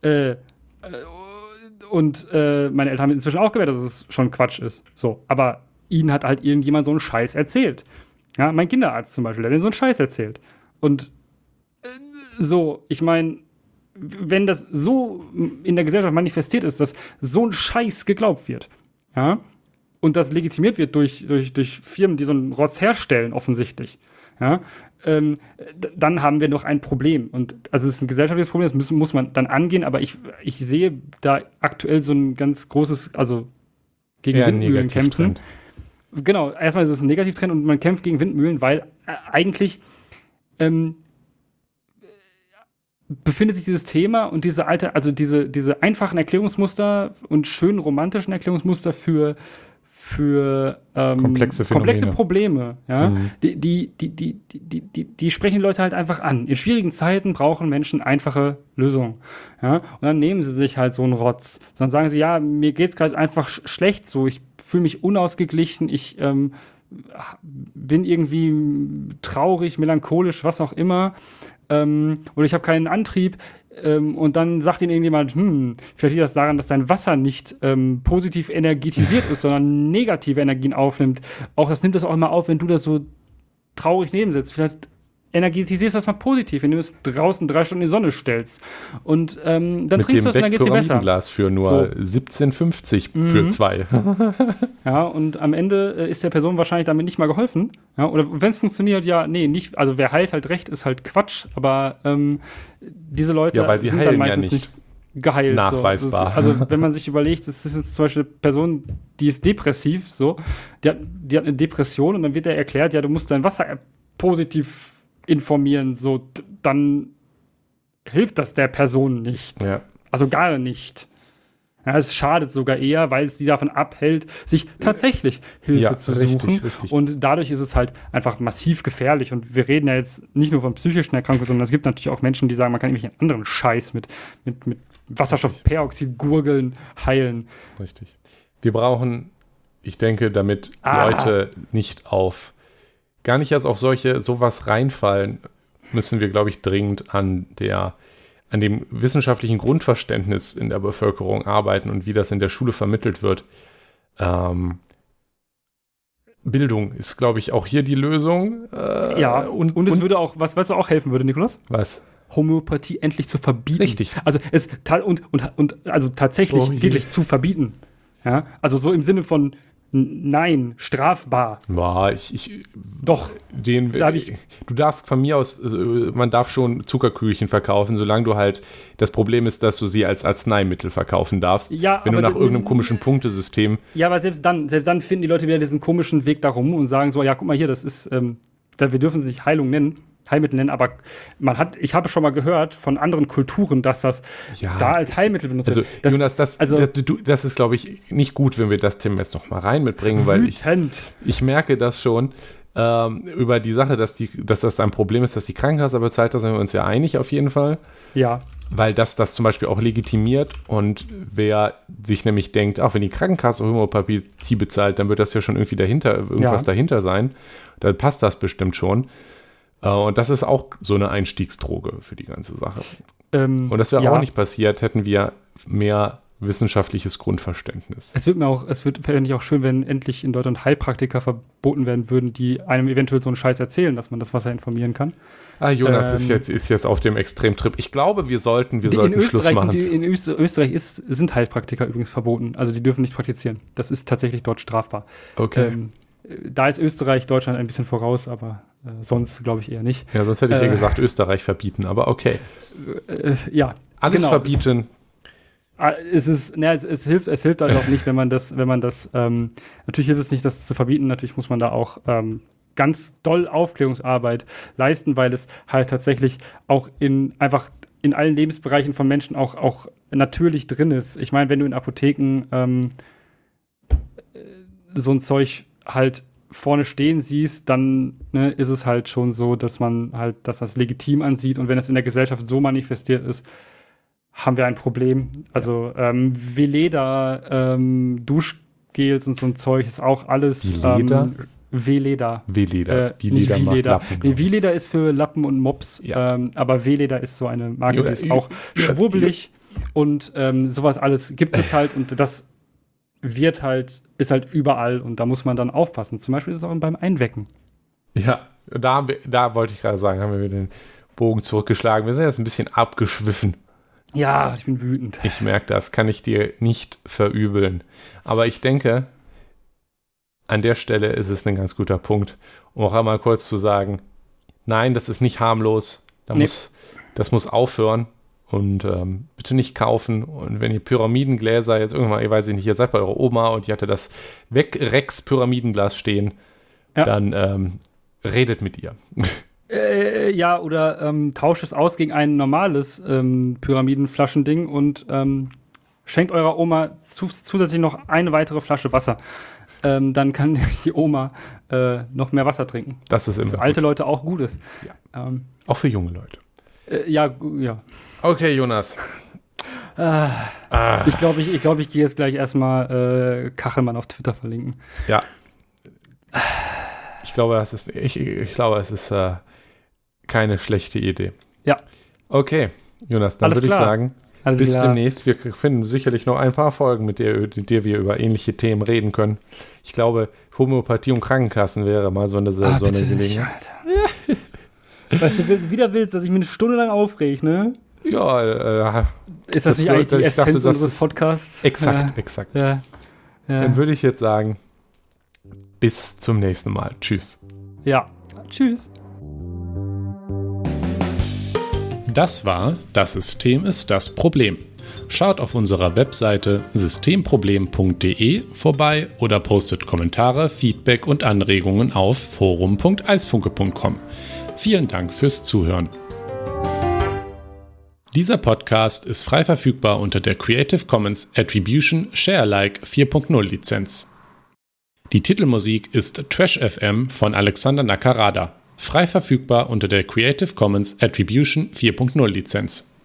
Und meine Eltern haben inzwischen auch gemerkt, dass es schon Quatsch ist. So, aber ihnen hat halt irgendjemand so einen Scheiß erzählt. Ja, mein Kinderarzt zum Beispiel, der hat ihnen so einen Scheiß erzählt. Und so, ich meine, wenn das so in der Gesellschaft manifestiert ist, dass so ein Scheiß geglaubt wird, ja, und das legitimiert wird durch Firmen, die so einen Rotz herstellen, offensichtlich, ja, dann haben wir noch ein Problem. Und also es ist ein gesellschaftliches Problem, das muss man dann angehen, aber ich sehe da aktuell so ein ganz großes, also gegen Windmühlen kämpfen. Genau, erstmal ist es ein Negativtrend und man kämpft gegen Windmühlen, weil eigentlich befindet sich dieses Thema und diese einfachen Erklärungsmuster und schönen romantischen Erklärungsmuster für komplexe Probleme, ja, die sprechen Leute halt einfach an. In schwierigen Zeiten brauchen Menschen einfache Lösungen, ja, und dann nehmen sie sich halt so einen Rotz. Dann sagen sie, ja, mir geht's gerade einfach schlecht so, ich fühle mich unausgeglichen, ich bin irgendwie traurig, melancholisch, was auch immer, oder ich habe keinen Antrieb. Und dann sagt ihnen irgendjemand, vielleicht liegt das daran, dass dein Wasser nicht positiv energetisiert ist, sondern negative Energien aufnimmt. Das nimmt das auch immer auf, wenn du da so traurig neben sitzt. Vielleicht energetisierst du das mal positiv, indem du es draußen 3 Stunden in die Sonne stellst. Und dann trinkst du das und dann geht's dir besser. Glas für nur so 17,50 für 2. Ja, und am Ende ist der Person wahrscheinlich damit nicht mal geholfen. Ja, oder wenn es funktioniert, ja, nee, nicht. Also wer heilt halt recht, ist halt Quatsch. Aber diese Leute sind dann meistens nicht geheilt. Nachweisbar. So. Also wenn man sich überlegt, das ist jetzt zum Beispiel eine Person, die ist depressiv, so, die hat eine Depression und dann wird der erklärt, ja, du musst dein Wasser positiv informieren, so, dann hilft das der Person nicht. Ja. Also gar nicht. Ja, es schadet sogar eher, weil es die davon abhält, sich tatsächlich Hilfe zu suchen. Richtig. Und dadurch ist es halt einfach massiv gefährlich. Und wir reden ja jetzt nicht nur von psychischen Erkrankungen, sondern es gibt natürlich auch Menschen, die sagen, man kann irgendwelchen anderen Scheiß mit Wasserstoffperoxid gurgeln heilen. Richtig. Wir brauchen, ich denke, damit Leute nicht gar nicht erst auf sowas reinfallen, müssen wir, glaube ich, dringend an dem wissenschaftlichen Grundverständnis in der Bevölkerung arbeiten und wie das in der Schule vermittelt wird. Bildung ist, glaube ich, auch hier die Lösung. Und es würde auch, was weißt du auch helfen würde, Nikolaus? Was? Homöopathie endlich zu verbieten. Richtig. Also also tatsächlich wirklich zu verbieten. Ja? Also so im Sinne von nein, strafbar. Ja, Doch. Du darfst von mir aus, man darf schon Zuckerkügelchen verkaufen, solange du halt, das Problem ist, dass du sie als Arzneimittel verkaufen darfst. Ja, wenn du nach irgendeinem komischen Punktesystem. Ja, aber selbst dann finden die Leute wieder diesen komischen Weg darum und sagen so, ja, guck mal hier, das ist, wir dürfen es nicht Heilmittel nennen, aber ich habe schon mal gehört von anderen Kulturen, dass das da als Heilmittel benutzt wird. Jonas, das ist, glaube ich, nicht gut, wenn wir das Thema jetzt noch mal rein mitbringen, weil ich merke das schon über die Sache, dass das ein Problem ist, dass die Krankenkasse bezahlt, da sind wir uns ja einig auf jeden Fall. Ja. Weil das zum Beispiel auch legitimiert und wer sich nämlich denkt, auch wenn die Krankenkasse Homöopathie bezahlt, dann wird das ja schon irgendwie irgendwas dahinter sein, dann passt das bestimmt schon. Und das ist auch so eine Einstiegsdroge für die ganze Sache. Und das wäre auch nicht passiert, hätten wir mehr wissenschaftliches Grundverständnis. Fände ich auch schön, wenn endlich in Deutschland Heilpraktiker verboten werden würden, die einem eventuell so einen Scheiß erzählen, dass man das Wasser informieren kann. Jonas ist jetzt auf dem Extremtrip. Ich glaube, wir sollten Schluss machen. In Österreich sind Heilpraktiker übrigens verboten. Also die dürfen nicht praktizieren. Das ist tatsächlich dort strafbar. Okay. Da ist Österreich Deutschland ein bisschen voraus, aber sonst glaube ich eher nicht. Ja, sonst hätte ich ja gesagt, Österreich verbieten, aber okay. Ja. Alles genau, verbieten. Es hilft halt auch nicht, wenn man das, natürlich hilft es nicht, das zu verbieten, natürlich muss man da auch ganz doll Aufklärungsarbeit leisten, weil es halt tatsächlich auch in allen Lebensbereichen von Menschen auch natürlich drin ist. Ich meine, wenn du in Apotheken so ein Zeug halt vorne stehen siehst, dann ist es halt schon so, dass man halt das legitim ansieht, und wenn es in der Gesellschaft so manifestiert ist, haben wir ein Problem. Also Veleda, Duschgels und so ein Zeug ist auch alles Veleda. Veleda. Veleda ist für Lappen und Mops, aber Veleda ist so eine Marke, die ist auch schwurbelig und sowas alles gibt es halt, und das ist halt überall, und da muss man dann aufpassen. Zum Beispiel ist es auch beim Einwecken. Ja, da wollte ich gerade sagen, haben wir den Bogen zurückgeschlagen. Wir sind jetzt ein bisschen abgeschwiffen. Ja, ich bin wütend. Ich merke das, kann ich dir nicht verübeln. Aber ich denke, an der Stelle ist es ein ganz guter Punkt, um auch einmal kurz zu sagen, nein, das ist nicht harmlos. Das muss aufhören. Und bitte nicht kaufen. Und wenn ihr Pyramidengläser jetzt irgendwann, ich weiß nicht, ihr seid bei eurer Oma und die hatte das Rex-Pyramidenglas stehen, dann redet mit ihr. Oder tauscht es aus gegen ein normales Pyramidenflaschending und schenkt eurer Oma zusätzlich noch eine weitere Flasche Wasser. Dann kann die Oma noch mehr Wasser trinken. Das ist immer für alte Leute auch gut ist. Ja. Auch für junge Leute. Ja. Okay, Jonas. Ich glaube, ich gehe jetzt gleich erstmal Kachelmann auf Twitter verlinken. Ja. Ich glaube, es ist keine schlechte Idee. Ja. Okay, Jonas, dann würde ich sagen, bis demnächst. Wir finden sicherlich noch ein paar Folgen, mit der wir über ähnliche Themen reden können. Ich glaube, Homöopathie und Krankenkassen wäre mal so eine Gelegenheit. Weißt du, wieder willst, dass ich mich eine Stunde lang aufrege, ne? Ja, ist das nicht eigentlich die Essenz unseres Podcasts? Exakt. Ja. Dann würde ich jetzt sagen, bis zum nächsten Mal. Tschüss. Ja, tschüss. Das war Das System ist das Problem. Schaut auf unserer Webseite systemproblem.de vorbei oder postet Kommentare, Feedback und Anregungen auf forum.eisfunke.com. Vielen Dank fürs Zuhören. Dieser Podcast ist frei verfügbar unter der Creative Commons Attribution Share Alike 4.0 Lizenz. Die Titelmusik ist Trash FM von Alexander Nakarada, frei verfügbar unter der Creative Commons Attribution 4.0 Lizenz.